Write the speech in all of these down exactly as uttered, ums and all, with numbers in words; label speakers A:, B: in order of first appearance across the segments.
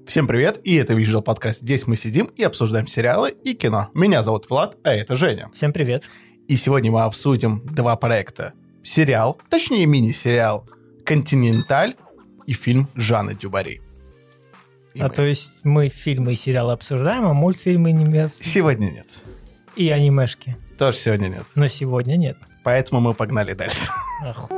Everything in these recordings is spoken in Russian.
A: Всем привет, и это Visual подкаст. Здесь мы сидим и обсуждаем сериалы и кино. Меня зовут Влад, а это Женя.
B: Всем привет.
A: И сегодня мы обсудим два проекта. Сериал, точнее мини-сериал «Континенталь» и фильм Жанны Дюбари. И
B: а
A: мы...
B: то есть мы фильмы и сериалы обсуждаем, а мультфильмы не обсуждаем?
A: Сегодня нет.
B: И анимешки?
A: Тоже сегодня нет.
B: Но сегодня нет.
A: Поэтому мы погнали дальше.
B: Ах.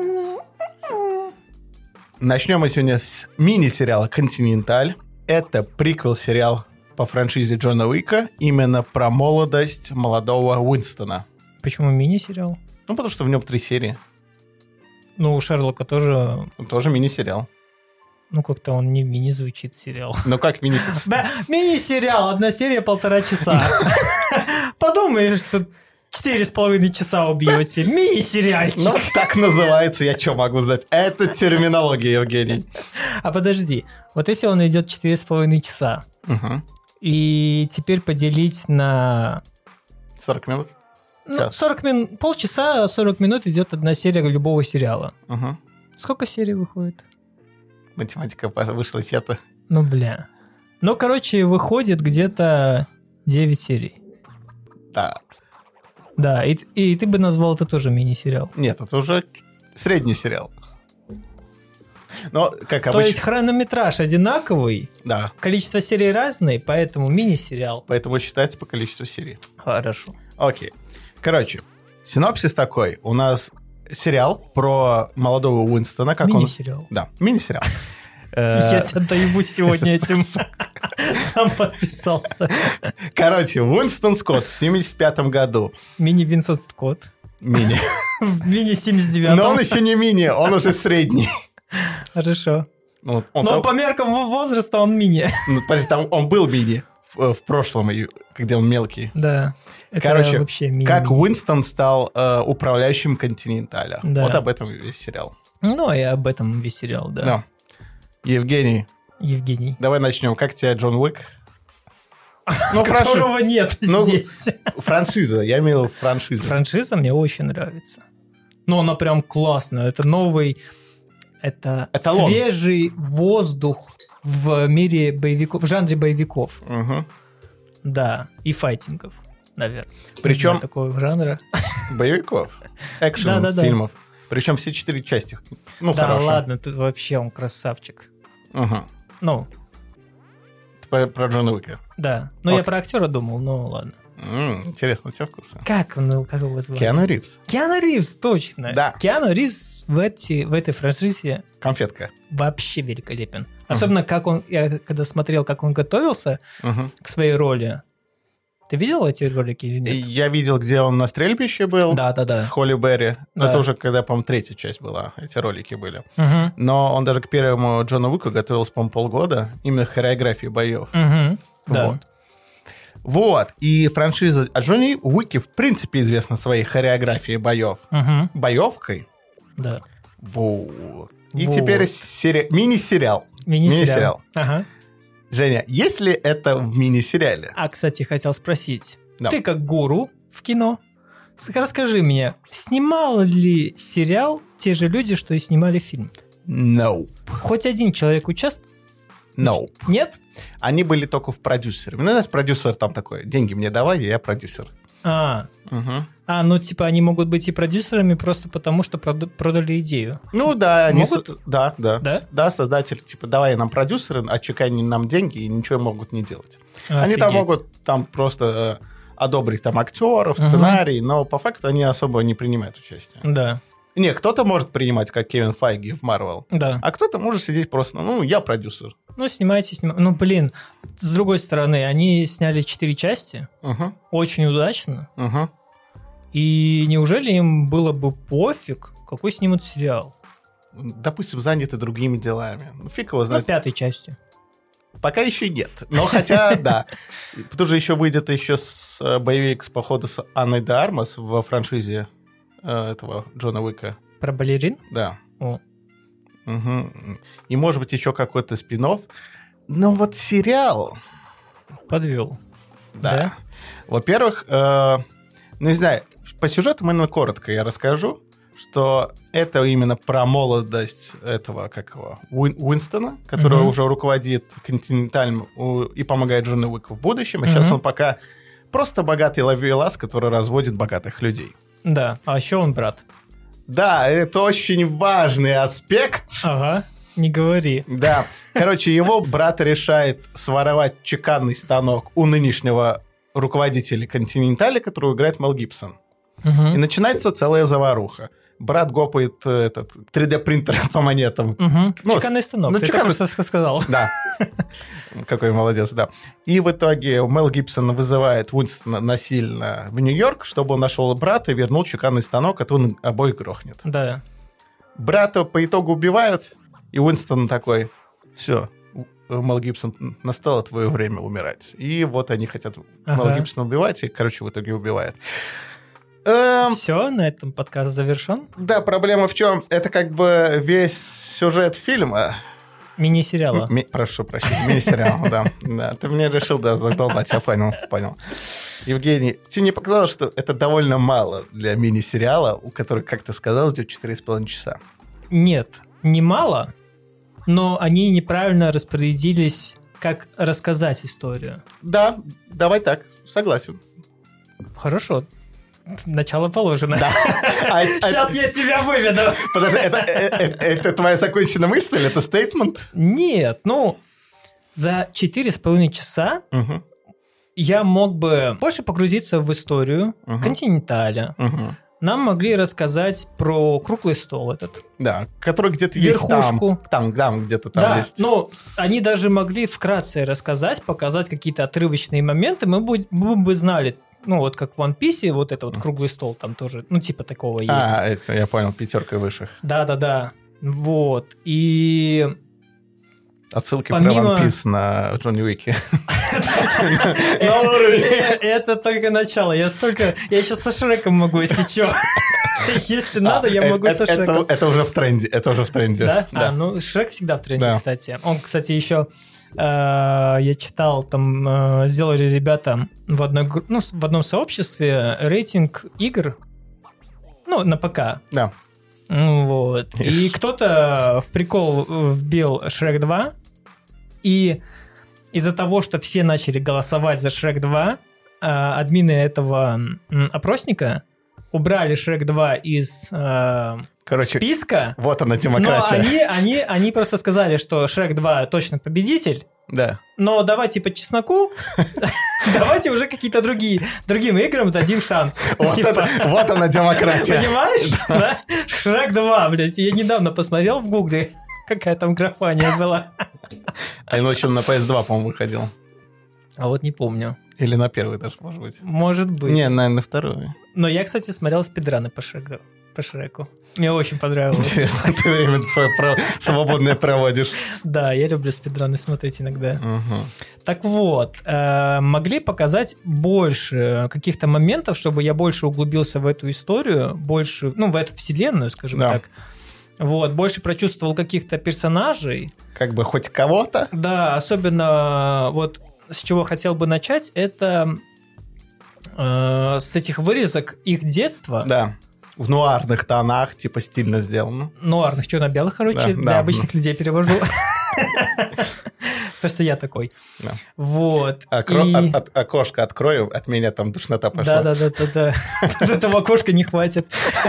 A: Начнем мы сегодня с мини-сериала «Континенталь». Это приквел-сериал по франшизе Джона Уика, именно про молодость молодого Уинстона.
B: Почему мини-сериал?
A: Ну, потому что в нем три серии.
B: Ну, у Шерлока тоже...
A: Тоже мини-сериал.
B: Ну, как-то он не мини звучит, сериал.
A: Ну, как мини-сериал?
B: Да, мини-сериал, одна серия полтора часа. Подумаешь, что четыре с половиной часа убьете. Мини-сериальчик.
A: Ну, так называется, я что могу знать? Это терминология, Евгений.
B: А подожди, вот если он идет четыре с половиной часа,
A: Угу.
B: и теперь поделить на...
A: сорок минут?
B: Ну,
A: Час.
B: сорок минут, полчаса, сорок минут идет одна серия любого сериала.
A: Угу.
B: Сколько серий выходит?
A: Математика вышла чья-то.
B: Ну, бля. Ну, короче, выходит где-то девять серий.
A: Да.
B: Да, и, и ты бы назвал это тоже мини-сериал.
A: Нет, это уже средний сериал. Но, как
B: То
A: обычно...
B: есть хронометраж одинаковый,
A: Да.
B: количество серий разное, поэтому мини-сериал.
A: Поэтому считается по количеству серий.
B: Хорошо.
A: Окей. Короче, синопсис такой. У нас сериал про молодого Уинстона. Как
B: Мини-сериал.
A: Он... Да, мини-сериал.
B: Я тебя доебусь сегодня этим. Сам подписался.
A: Короче, Уинстон Скотт в семьдесят пятом году.
B: Мини-Винсент Скотт.
A: Мини.
B: В мини-семьдесят девятом.
A: Но он еще не мини, он уже средний.
B: Хорошо.
A: Ну, он
B: Но
A: там-
B: по меркам возраста он мини.
A: ну, подожди, там он был мини в, в прошлом, и- где он мелкий.
B: Да. Это
A: Короче,
B: вообще мини.
A: как Уинстон стал э, управляющим Континенталя.
B: Да.
A: Вот об этом весь сериал.
B: Ну, и об этом весь сериал, да.
A: Да. Евгений,
B: Евгений.
A: давай начнем. Как тебе Джон Уик? Ну, франши-
B: Которого нет
A: Ну,
B: здесь.
A: франшиза, я имел в виду франшизу.
B: Франшиза мне очень нравится. Ну, она прям классная. Это новый... Это
A: Эталон.
B: свежий воздух в мире боевиков, в жанре боевиков.
A: Мгм.
B: Да, и файтингов, наверное.
A: Причем-
B: Не знаю такого жанра.
A: Боевиков, экшен
B: Да-да-да.
A: фильмов. Причем все четыре части. Ну,
B: Да
A: хорошо.
B: ладно, тут вообще он красавчик.
A: Мгм.
B: Ну,
A: Ты Про, про Джона Уика.
B: да. Ну, я
A: Окей.
B: про актера думал, ну ладно.
A: М, интересно, у тебя вкусы.
B: Как, ну, как его звать?
A: Киану Ривз.
B: Киану Ривз, точно.
A: Да.
B: Киану Ривз в, эти, в этой франшизе
A: Конфетка.
B: вообще великолепен. Особенно, как он, я когда смотрел, как он готовился
A: Мгм.
B: к своей роли. Ты видел эти ролики или
A: И
B: нет?
A: Я видел, где он на стрельбище был.
B: Да-да-да.
A: С Холли Берри. Но
B: Да.
A: это уже, когда, по-моему, третья часть была. Эти ролики были.
B: Мгм.
A: Но он даже к первому Джону Уику готовился, по-моему, полгода. Именно к хореографии боев.
B: Мгм. Да.
A: Вот. Вот. И франшиза о Джоне Уике, в принципе, известна своей хореографией боев.
B: Мгм.
A: Боевкой.
B: Да.
A: Вот. И
B: Вот.
A: теперь сери- мини-сериал.
B: Мини-сериал.
A: Мини-сериал.
B: Ага.
A: Женя, есть ли это в мини-сериале?
B: А, кстати, хотел спросить.
A: Да.
B: Ты как гуру в кино, с- расскажи мне, снимал ли сериал те же люди, что и снимали фильм?
A: No.
B: Хоть один человек участвовал?
A: No.
B: Нет?
A: Они были только в продюсере. Ну, знаешь, продюсер там такой, деньги мне давай, я продюсер.
B: А,
A: Мгм.
B: а, ну типа они могут быть и продюсерами просто потому, что прода- продали идею.
A: Ну да, они
B: Могут?
A: со- да, да,
B: Да?
A: да, создатели, типа, давай нам продюсеры, отчекани нам деньги и ничего могут не делать. Они там
B: Офигеть.
A: могут там просто э, одобрить там актеров,
B: Мгм.
A: сценарий, но по факту они особо не принимают участие.
B: Да,
A: Не, кто-то может принимать, как Кевин Файги в Марвел,
B: да.
A: а кто-то может сидеть просто, ну, я продюсер.
B: Ну, снимайте, снимайте. Ну, блин, с другой стороны, они сняли четыре части,
A: Угу,
B: очень удачно.
A: угу.
B: И неужели им было бы пофиг, какой снимут сериал?
A: Допустим, заняты другими делами. Ну, фиг его
B: Ну,
A: знает.
B: пятой части.
A: Пока еще нет. Но хотя, да. Тут же еще выйдет еще с, э, боевик с походу с Анной де Армас во франшизе э, этого Джона Уика.
B: Про балерин?
A: Да.
B: О,
A: Мгм. И может быть еще какой-то спин-офф. Но вот сериал...
B: подвел.
A: Да.
B: Да?
A: Во-первых, э, ну не знаю, по сюжету именно коротко я расскажу, что это именно про молодость этого, как его, Уин- Уинстона, который
B: Мгм.
A: уже руководит континентальным у- и помогает Джону Уику в будущем. И сейчас
B: Мгм.
A: он пока просто богатый ловелас, который разводит богатых людей.
B: Да, а еще он брат.
A: Да, это очень важный аспект.
B: Ага, не говори.
A: Да. Короче, его брат решает своровать чеканный станок у нынешнего руководителя Континентали, который играет Мел Гибсон.
B: Мгм.
A: И начинается целая заваруха. Брат гопает э, этот три дэ-принтер по монетам.
B: Мгм.
A: Ну,
B: Чеканный станок,
A: ну,
B: ты
A: чеканный-
B: только что сказал.
A: Да. Какой молодец, да. И в итоге Мел Гибсон вызывает Уинстона насильно в Нью-Йорк, чтобы он нашел брата и вернул чеканный станок, а то он обоих грохнет.
B: Да.
A: Брата по итогу убивают, и Уинстон такой: все, Мел Гибсон, настало твое время умирать. И вот они хотят Мел
B: Ага.
A: Гибсона убивать, и, короче, в итоге убивают. Эм,
B: Все, на этом подкаст завершен.
A: да, проблема в чем? Это как бы весь сюжет фильма.
B: Мини-сериала.
A: Ми- прошу прощения, мини-сериал, да. Да, ты мне решил, да, задолбать, я понял, понял. Евгений, тебе не показалось, что это довольно мало для мини-сериала, у которого, как ты сказал, идет четыре с половиной часа?
B: Нет, не мало, но они неправильно распорядились, как рассказать историю.
A: Да, давай так, согласен.
B: Хорошо. Начало положено.
A: Да. А- а-
B: Сейчас я тебя выведу.
A: Подожди, это, э- э- это твоя законченная мысль? Это стейтмент?
B: Нет, ну, за четыре с половиной часа
A: Мгм,
B: я мог бы больше погрузиться в историю
A: Мгм.
B: Континенталя.
A: мгм.
B: Нам могли рассказать про круглый стол этот.
A: Да, который где-то есть
B: Верхушку.
A: там. Там, там где-то там
B: да,
A: есть.
B: ну, они даже могли вкратце рассказать, показать какие-то отрывочные моменты, мы бы, мы бы знали, ну, вот как в One Piece, вот это вот круглый стол там тоже, ну, типа такого есть.
A: А, это, я понял, пятерка выших.
B: Да-да-да, вот, и...
A: Отсылки
B: Помимо-
A: про One Piece на Джонни Уике.
B: Э, Это только начало, я столько... Я еще со Шреком могу, если что. Если надо, я
A: А,
B: могу
A: это-
B: со
A: это-
B: Шреком.
A: Это уже в тренде, это уже в тренде.
B: Да?
A: Да.
B: А, ну, Шрек всегда в тренде,
A: Да.
B: кстати. Он, кстати, еще... э, я читал, там э, сделали ребята в, одной, гру- ну, с- в одном сообществе рейтинг игр, ну, на ПК.
A: Да.
B: Ну, вот. И кто-то в прикол вбил Шрек два, и из-за того, что все начали голосовать за Шрек два, э, админы этого м, опросника убрали Шрек два из э,
A: Короче,
B: списка.
A: вот она
B: Но
A: демократия.
B: они, они, они просто сказали, что Шрек два точно победитель,
A: Да.
B: но давайте по чесноку, давайте уже какие-то другие, другим играм дадим шанс.
A: Вот,
B: Типа,
A: это- вот она демократия.
B: понимаешь? Да? Шрек два, блядь. Я недавно посмотрел в гугле, какая там графания была.
A: А он еще на пи эс два, по-моему, выходил.
B: А вот не помню.
A: Или на первый даже, может быть.
B: Может быть.
A: Не, наверное, на второй.
B: Но я, кстати, смотрел спидраны по Шреку. По Шреку. Мне очень понравилось.
A: Интересно, ты время свое про- свободное проводишь.
B: Да, я люблю спидраны смотреть иногда.
A: Мгм.
B: Так вот, э, могли показать больше каких-то моментов, чтобы я больше углубился в эту историю, больше, ну, в эту вселенную, скажем
A: Да.
B: так. Вот, больше прочувствовал каких-то персонажей.
A: Как бы хоть кого-то.
B: Да, особенно вот с чего хотел бы начать, это э, с этих вырезок их детства.
A: Да. В нуарных тонах, типа стильно сделано.
B: Нуарных, черно-белых, короче,
A: Да,
B: для
A: да.
B: обычных людей перевожу. Просто я такой.
A: Да.
B: Вот.
A: Окро-
B: И-
A: от- от- Окошко открою, от меня там душнота пошла.
B: Да, да, да, да, да. Этого окошка не хватит.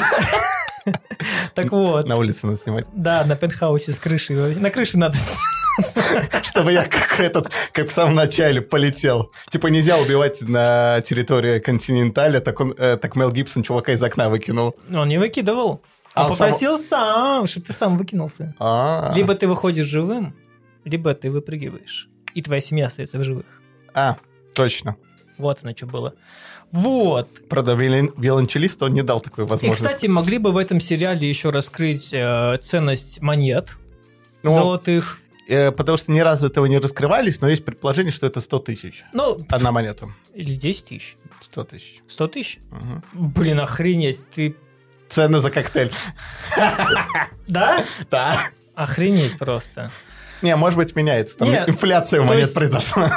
B: Так вот.
A: На улице надо снимать.
B: Да, на пентхаусе с крыши. На крыше надо снимать.
A: Чтобы я как этот, как в самом начале полетел. Типа нельзя убивать на территории Континенталя, так, он, э, так Мел Гибсон чувака из окна выкинул.
B: Он не выкидывал.
A: А
B: Он
A: он сам-
B: попросил сам, чтобы ты сам выкинулся.
A: А,
B: Либо ты выходишь живым, либо ты выпрыгиваешь. И твоя семья остается в живых.
A: а, точно.
B: Вот оно что было. Вот.
A: Правда, виолон- виолончелисту он не дал такой
B: И,
A: возможности.
B: кстати, могли бы в этом сериале еще раскрыть э, ценность монет
A: Ну,
B: золотых.
A: э, потому что ни разу этого не раскрывались, но есть предположение, что это сто тысяч.
B: Ну,
A: Одна монета.
B: или десять тысяч.
A: сто тысяч.
B: сто тысяч?
A: Мгм.
B: Блин, охренеть. Ты...
A: Цены за коктейль.
B: Да?
A: Да.
B: Охренеть просто.
A: Не, может быть, меняется. Там
B: Нет,
A: инфляция у
B: то
A: монет
B: есть-
A: произошла.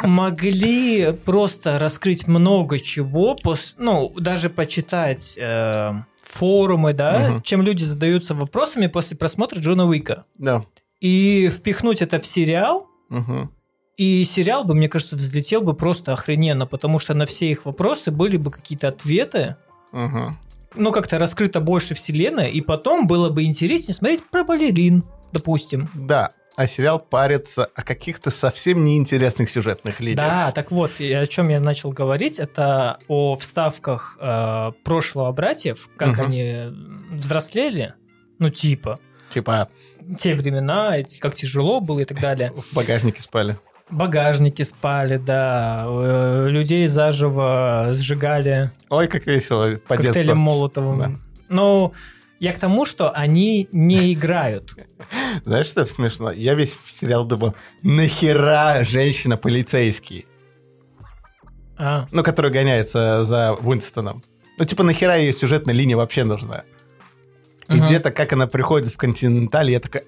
B: Могли просто раскрыть много чего, пос- ну, даже почитать э, форумы, да,
A: Мгм.
B: чем люди задаются вопросами после просмотра Джона Уика.
A: Да.
B: И впихнуть это в сериал,
A: Мгм.
B: и сериал бы, мне кажется, взлетел бы просто охрененно, потому что на все их вопросы были бы какие-то ответы,
A: Мгм.
B: ну, как-то раскрыто больше вселенная, и потом было бы интереснее смотреть про балерин, допустим.
A: Да. А сериал парится о каких-то совсем неинтересных сюжетных линиях.
B: Да, так вот, и о чем я начал говорить, это о вставках э, прошлого братьев, как
A: Мгм.
B: они взрослели, ну, типа,
A: Типа
B: те времена, эти- как тяжело было и так далее.
A: в багажнике спали.
B: Багажники спали, да, э, людей заживо сжигали
A: Ой, как весело. По
B: коктейлем
A: детству.
B: Молотовым.
A: Да.
B: Ну, я к тому, что они не играют.
A: Знаешь, что смешно? Я весь сериал думал, нахера женщина-полицейский?
B: А,
A: Ну, которая гоняется за Уинстоном. Ну, типа, нахера ее сюжетная линия вообще нужна? И
B: Мгм.
A: где-то, как она приходит в Континенталь, я такая,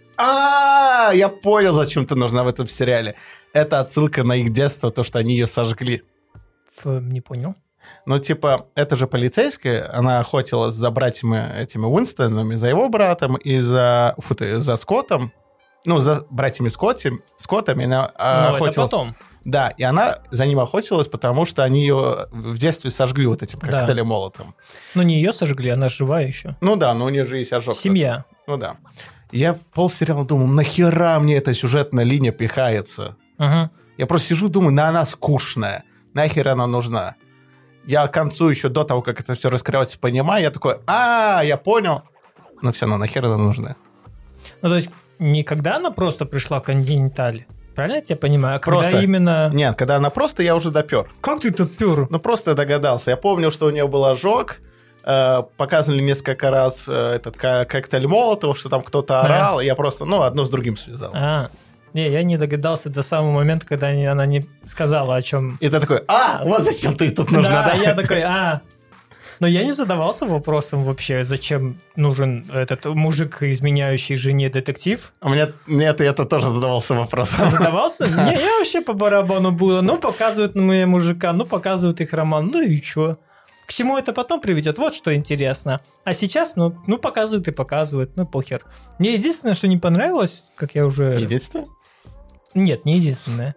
A: а я понял, зачем ты нужна в этом сериале. Это отсылка на их детство, то, что они ее сожгли.
B: ф- не понял.
A: Ну, типа, это же полицейская, она охотилась за братьями этими Уинстонами, за его братом и за, фу ты, за Скоттом. Ну, за братьями Скотти, Скоттами она а,
B: Ну, это
A: охотилась.
B: потом.
A: Да, и она за ним охотилась, потому что они ее в детстве сожгли вот этим
B: Да.
A: коктейлем молотом.
B: Ну, не ее сожгли, она живая еще.
A: Ну да, но у нее же есть ожог.
B: Семья.
A: Ну да. Я полсериала думал, нахера мне эта сюжетная линия пихается?
B: Ага.
A: Я просто сижу, думаю, на она скучная. Нахер она нужна? Я к концу еще до того, как это все раскрывается, понимаю, я такой, а, я понял. Но все равно нахер она нужна?
B: Ну, то есть, не когда она просто пришла в Континенталь, правильно я тебя понимаю? А когда
A: Просто.
B: именно...
A: Нет, когда она просто, я уже допер.
B: Как ты это пёр?
A: Ну, просто я догадался. Я помнил, что у нее был ожог. э, Показывали несколько раз э, этот ко- коктейль Молотова, что там кто-то орал. И я просто, ну, одно с другим связал.
B: А, не, я не догадался до самого момента, когда они- она не сказала, о чем.
A: И ты такой, а, вот зачем ты тут нужна, да?
B: Да, я такой, а. Но я не задавался вопросом вообще, зачем нужен этот мужик, изменяющий жене детектив.
A: У меня, нет, я это тоже задавался вопросом.
B: Задавался? Не, я вообще по барабану было. Ну, показывают мне мужика, ну, показывают их роман. Ну и чё? К чему это потом приведет? Вот что интересно. А сейчас, ну, ну показывают и показывают, ну, похер. Мне единственное, что не понравилось, как я уже...
A: Единственное?
B: Нет, не единственное.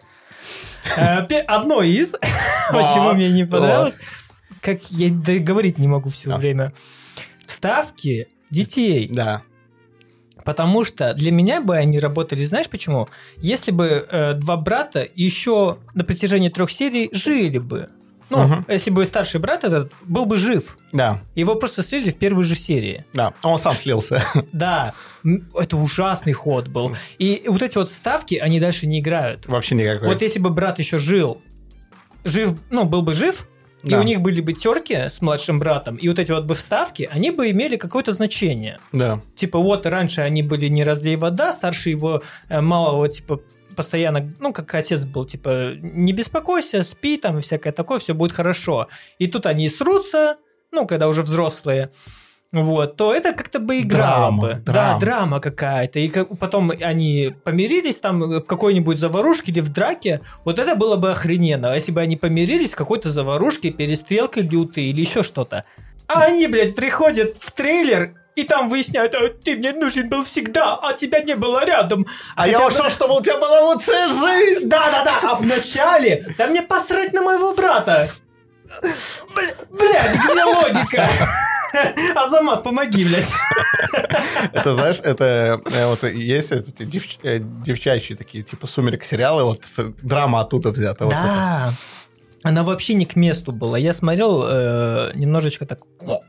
B: Э, пе- Одно из, почему мне не понравилось, как я да говорить не могу все
A: А.
B: время, вставки детей.
A: Да.
B: Потому что для меня бы они работали, знаешь почему? Если бы э, два брата еще на протяжении трех серий жили бы. Ну,
A: Мгм.
B: если бы старший брат этот был бы жив.
A: Да,
B: Его просто слили в первой же серии.
A: да. Он сам слился.
B: Да, м, это ужасный ход был. И вот эти вот вставки, они дальше не играют.
A: Вообще никакой.
B: Вот если бы брат еще жил, жив, ну, был бы жив, и
A: Да.
B: у них были бы терки с младшим братом, и вот эти вот бы вставки, они бы имели какое-то значение.
A: Да.
B: Типа вот раньше они были не разлей вода, старший его э, малого, типа, постоянно, ну, как отец был, типа, не беспокойся, спи там и всякое такое, все будет хорошо. И тут они срутся, ну, когда уже взрослые, вот, то это как-то бы играло
A: Драма,
B: бы. Да,
A: драма.
B: драма какая-то. И как- потом они помирились там в какой-нибудь заварушке или в драке. Вот это было бы охрененно. А если бы они помирились в какой-то заварушке, перестрелке лютой или еще что-то. А они, блядь, приходят в трейлер и там выясняют, «А ты мне нужен был всегда, а тебя не было рядом.
A: А я
B: хотя
A: ушел,
B: бы-
A: чтобы у тебя была лучшая жизнь!
B: Да-да-да, а в начале, да мне посрать на моего брата. Бля- Блядь, где логика? Азамат, помоги, блядь.
A: Это, знаешь, это э, вот есть вот эти девч- э, девчачьи такие, типа «Сумерек» сериалы, вот э, драма оттуда взята. вот это.
B: Да. Она вообще не к месту была. Я смотрел э, немножечко так,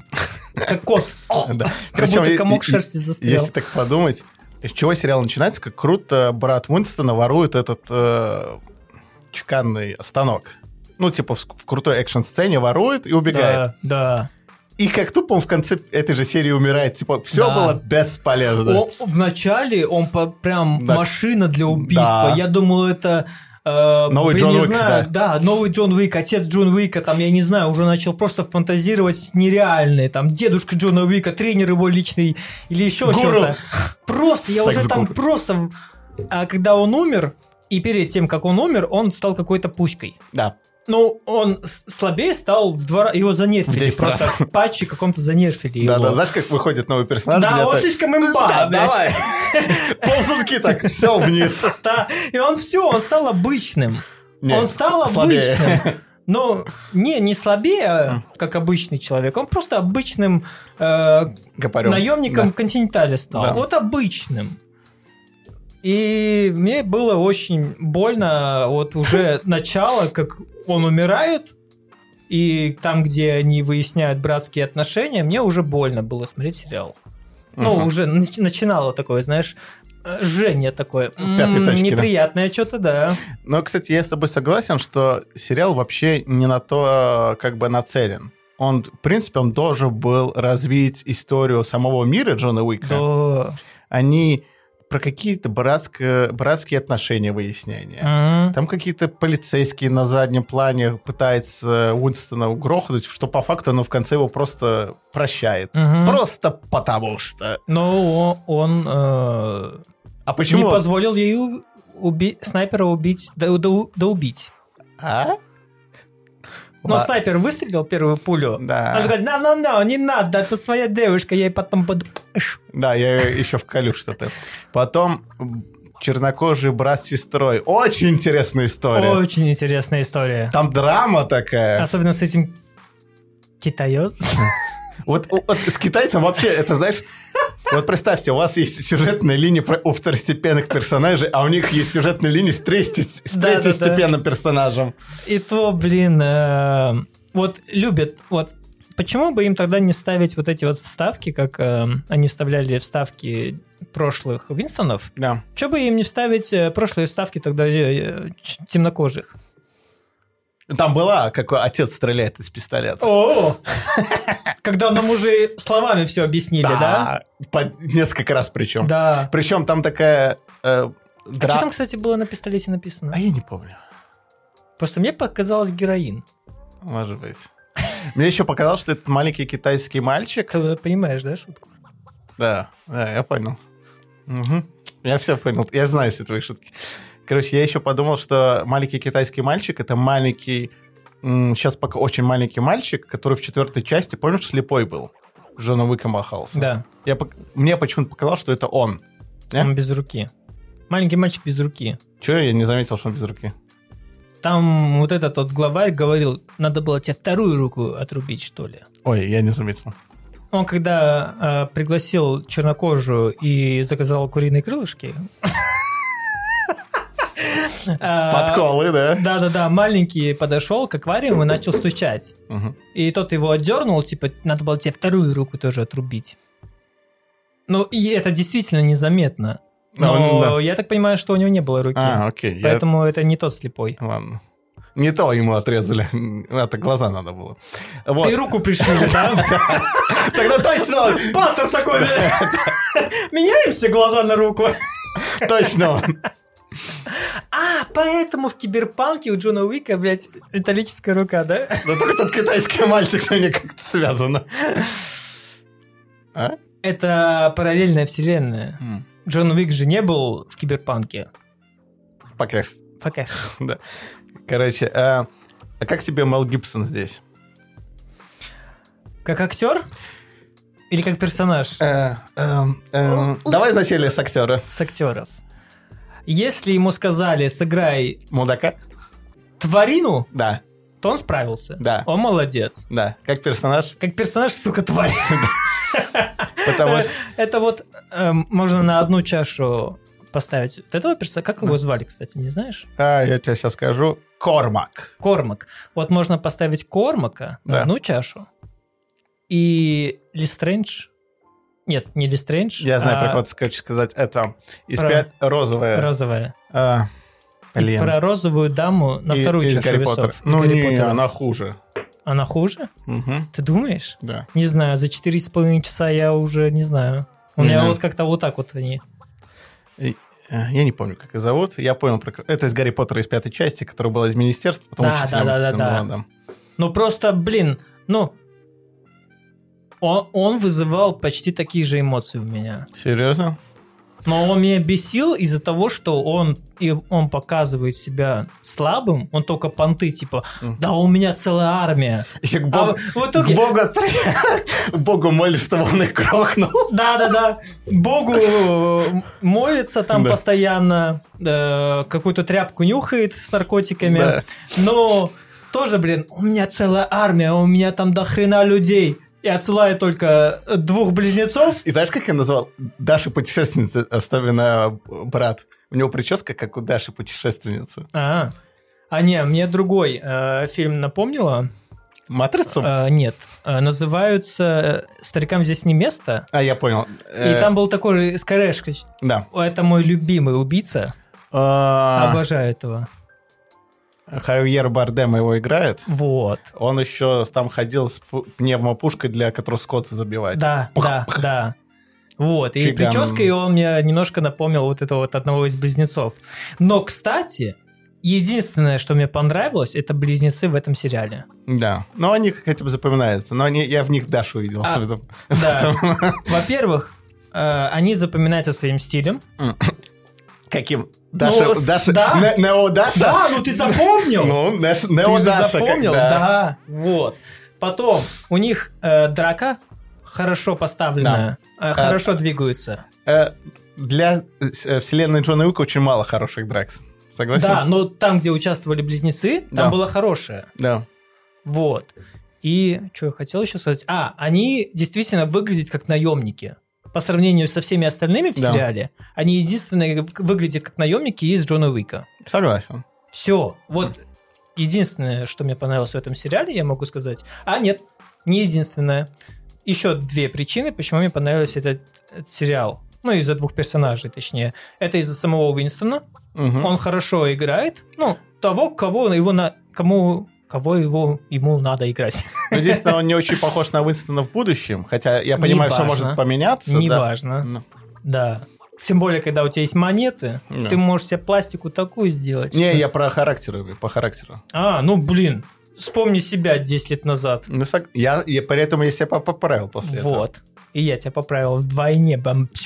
B: как кот.
A: Да.
B: Как
A: Причем,
B: будто
A: и-
B: комок
A: и-
B: шерсти застрял.
A: Если так подумать, с чего сериал начинается, как круто брат Уинстона ворует этот э, чеканный станок. Ну, типа в, в крутой экшн-сцене ворует и убегает.
B: Да, да.
A: И как тупо он в конце этой же серии умирает. Типа, все
B: Да.
A: было бесполезно.
B: Он- в начале он по- прям
A: Да.
B: машина для убийства.
A: Да.
B: Я думал, это... э,
A: Новый
B: блин,
A: Джон
B: не
A: Уик,
B: знаю, да. новый Джон Уик, отец Джон Уика, там, я не знаю, уже начал просто фантазировать нереальные, там, дедушка Джона Уика, тренер его личный, или еще
A: Гуру.
B: что-то. Просто, я уже там
A: Секс-гуру.
B: просто... А когда он умер, и перед тем, как он умер, он стал какой-то пуськой.
A: Да.
B: Ну, он с- слабее стал в два раза. Его
A: В
B: занерфили.
A: десять
B: Просто
A: раз.
B: в патче каком-то занерфили его.
A: Да-да, знаешь, как выходит новый персонаж?
B: Да,
A: где-то-
B: он слишком имба,
A: Да,
B: блядь.
A: давай. Ползунки так, все вниз.
B: Да, и он все, он стал обычным.
A: Не,
B: он стал
A: слабее.
B: обычным. Ну, не, не слабее, как обычный человек. Он просто обычным э,
A: Гопарем.
B: наемником
A: Да.
B: Континенталя стал.
A: Да.
B: Вот обычным. И мне было очень больно вот уже начало, как он умирает, и там, где они выясняют братские отношения, мне уже больно было смотреть сериал. Ну,
A: Мгм.
B: уже нач- начинало такое, знаешь, жжение такое.
A: Пятой
B: М,
A: точки, да.
B: неприятное что-то, да.
A: Но, кстати, я с тобой согласен, что сериал вообще не на то как бы нацелен. Он, в принципе, он должен был развить историю самого мира Джона Уика.
B: Да.
A: Они про какие-то братско- братские отношения выяснения.
B: М.
A: Там какие-то полицейские на заднем плане пытаются Уинстона угрохнуть, что по факту оно в конце его просто прощает.
B: Мгм.
A: Просто потому что.
B: Но он э,
A: А почему?
B: не позволил ей у- уби- снайпера убить, да, да, да убить.
A: А?
B: Но
A: Ла-
B: снайпер выстрелил первую пулю.
A: Да.
B: Он говорит, no-no-no, не надо, это своя девушка, я ей потом буду...
A: Да, я еще вколю что-то. Потом чернокожий брат с сестрой. Очень интересная история.
B: Очень интересная история.
A: Там драма такая.
B: Особенно с этим китаёцем.
A: Вот, вот с китайцем вообще, это знаешь... Вот представьте, у вас есть сюжетная линия про- у второстепенных персонажей, а у них есть сюжетная линия с, третье- с
B: Да-да-да.
A: третьестепенным персонажем.
B: И то, блин, э, вот любят, вот почему бы им тогда не ставить вот эти вот вставки, как э, они вставляли вставки прошлых Винстонов?
A: Да.
B: Че бы им не вставить э, прошлые вставки тогда э, ч- темнокожих?
A: Там была, как отец стреляет из пистолета.
B: О, когда нам уже словами все объяснили, да?
A: По несколько раз причем.
B: Да.
A: Причем там такая... э,
B: А
A: дра-
B: что там, кстати, было на пистолете написано?
A: А я не помню.
B: Просто мне показалось героин.
A: Может быть. Мне еще показалось, что это маленький китайский мальчик.
B: Ты понимаешь, да, шутку?
A: Да, да, я понял. Мгм. Я все понял. Я знаю все твои шутки. Короче, я еще подумал, что маленький китайский мальчик — это маленький... м, Сейчас пока очень маленький мальчик, который в четвертой части, помнишь, слепой был? Джона Уика махался.
B: Да,
A: Я, пок- мне почему-то показалось, что это он. Не?
B: он без руки. Маленький мальчик без руки.
A: Чего я не заметил, что он без руки?
B: Там вот этот вот главарь говорил, надо было тебе вторую руку отрубить, что ли.
A: Ой, я не заметил.
B: Он когда э, пригласил чернокожую и заказал куриные крылышки... э,
A: Подколы, да?
B: Да-да-да, маленький подошел к аквариуму и начал стучать.
A: Мгм.
B: И тот его отдернул, типа, надо было тебе вторую руку тоже отрубить. Ну, и это действительно незаметно. Но
A: Ну, да.
B: я так понимаю, что у него не было руки.
A: А, окей. я-
B: Поэтому это не тот слепой.
A: Ладно. Не то ему отрезали. Это глаза надо было. Вот.
B: И руку пришили, да?
A: Тогда точно!
B: Баттер такой, меняемся глаза на руку.
A: Точно!
B: А, поэтому в Киберпанке у Джона Уика, блядь, металлическая рука, да?
A: Но только тот китайский мальчик, что мне как-то связано. А?
B: Это параллельная вселенная.
A: М.
B: Джон Уик же не был в Киберпанке.
A: Пока что.
B: Пока.
A: Да. Короче, а, а как тебе Мел Гибсон здесь?
B: Как актер? Или как персонаж?
A: Э, эм, эм, Давай вначале с актера.
B: С актеров. Если ему сказали, сыграй
A: Мудака?
B: тварину,
A: Да,
B: то он справился.
A: Да.
B: Он молодец.
A: да. Как персонаж?
B: Как персонаж, сука, тварь.
A: Потому что...
B: Это вот эм, можно на одну чашу поставить. Вот этого персонажа, как его звали, кстати, не знаешь?
A: А, я тебе сейчас скажу. Кормак.
B: Кормак. Вот можно поставить Кормака на
A: Да.
B: одну чашу. И Лестрэндж. Нет, не Лестрэндж.
A: Я знаю,
B: а
A: про кого ты хочешь сказать. Это из
B: Про-
A: пять розовая.
B: розовая.
A: А, блин.
B: Про розовую даму на
A: И-
B: вторую
A: из
B: чашу
A: Гарри
B: весов.
A: Поттера.
B: Из
A: Ну
B: Гарри
A: не,
B: Поттера.
A: она хуже.
B: Она хуже?
A: Мгм,
B: Ты думаешь?
A: да.
B: Не знаю, за четыре с половиной часа я уже не знаю. У меня
A: Мгм.
B: вот как-то вот так вот они.
A: И, э, Я не помню, как ее зовут. Я понял, про... ко- это из Гарри Поттера из пятой части, которая была из министерства, потом
B: Да,
A: учителем
B: да, да, да,
A: была,
B: да. Ну просто, блин, ну... Он, он вызывал почти такие же эмоции у меня.
A: Серьезно?
B: Но он меня бесил из-за того, что он, и он показывает себя слабым, он только понты, типа, да, у меня целая армия.
A: Еще к Богу,
B: А в итоге...
A: к Богу, Богу молишь, чтобы он их крохнул.
B: Да-да-да, Богу молится там да. постоянно, э, какую-то тряпку нюхает с наркотиками, да. но тоже, блин, у меня целая армия, у меня там до хрена людей. И отсылает только двух близнецов.
A: И знаешь, как я назвал? Даша путешественница, особенно брат. У него прическа, как у Даши путешественницы.
B: А, а не, мне другой э, фильм напомнила.
A: «Матрицу»?
B: Э, нет. Э, называются «Старикам здесь не место».
A: А, я понял.
B: И там был такой Скорешка. Да. Это мой любимый убийца. Обожаю этого.
A: Хавьер Бардем его играет.
B: Вот.
A: Он еще там ходил с пневмопушкой, для которой скот забивать.
B: Да, да, да. Вот. И Чиган. Прической он мне немножко напомнил вот этого вот одного из близнецов. Но, кстати, единственное, что мне понравилось, это близнецы в этом сериале.
A: Да. Но они хотя бы запоминаются. Но они, я в них Дашу увидел.
B: А, да. Во-первых, они запоминаются своим стилем.
A: Каким? Даша,
B: ну,
A: Даша,
B: да?
A: Не, Нео Даша?
B: Да, ну ты запомнил?
A: Ну, Нео
B: ты
A: Даша.
B: Ты запомнил?
A: Как, да.
B: да. Вот. Потом у них э, драка хорошо поставленная, да. э, хорошо а, двигаются.
A: Э, для вселенной Джона Уика очень мало хороших драк. Согласен?
B: Да, но там, где участвовали близнецы, там да. было хорошее.
A: Да.
B: Вот. И что я хотел еще сказать? А, они действительно выглядят как наемники. По сравнению со всеми остальными в да. сериале, они единственные выглядят как наемники из Джона Уика.
A: Согласен.
B: Все. Вот единственное, что мне понравилось в этом сериале, я могу сказать. А нет, не единственное. Еще две причины, почему мне понравился этот, этот сериал. Ну, из-за двух персонажей, точнее. Это из-за самого Уинстона. Угу. Он хорошо играет. Ну, того, кого его на... кому... кого его, ему надо играть.
A: Ну, единственное, он не очень похож на Уинстона в будущем, хотя я понимаю, что может поменяться.
B: Не
A: да.
B: важно, ну. да. Тем более, когда у тебя есть монеты, да. ты можешь себе пластику такую сделать.
A: Не,
B: что...
A: я про характер, по характеру.
B: А, ну, блин, вспомни себя десять лет назад.
A: Ну, я, я, поэтому я себя поправил после
B: вот.
A: этого.
B: Вот, и я тебя поправил вдвойне.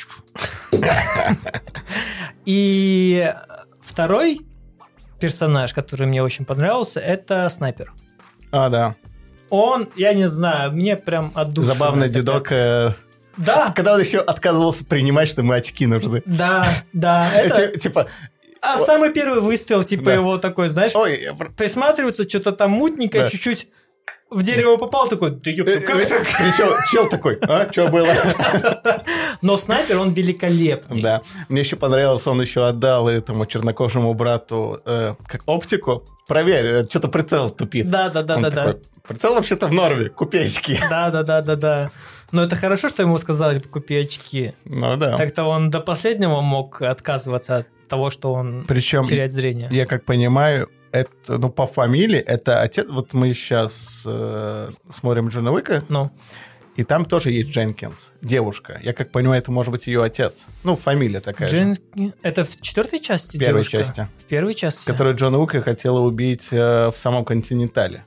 B: И второй персонаж, который мне очень понравился, это снайпер.
A: А, да.
B: Он, я не знаю, мне прям от души.
A: Забавный дедок. Э...
B: Да.
A: Когда он еще отказывался принимать, что ему очки нужны.
B: Да, да. Это...
A: Типа...
B: А самый первый выстрел, типа да. его такой, знаешь,
A: Ой,
B: присматриваться, что-то там мутненько, да. чуть-чуть в дерево попал, такой, да ёпта, как так?
A: Причем чел такой, а, что было?
B: Но снайпер, он великолепный.
A: Да, мне еще понравилось, он еще отдал этому чернокожему брату э, как оптику. Проверь, что-то прицел тупит.
B: Да-да-да-да-да.
A: Прицел вообще-то в норме, купи очки.
B: Да-да-да-да-да. Но это хорошо, что ему сказали, купи очки.
A: Ну да.
B: Так-то он до последнего мог отказываться от того, что он
A: Причем,
B: теряет зрение.
A: Я как понимаю, это, ну, по фамилии, это отец... Вот мы сейчас э, смотрим Джона Уика,
B: ну.
A: и там тоже есть Дженкинс, девушка. Я как понимаю, это может быть ее отец. Ну, фамилия такая
B: Джен...
A: же.
B: Это в четвертой части
A: В первой
B: девушка?
A: части.
B: В первой части.
A: Которую Джона Уика хотела убить э, в самом Континентале.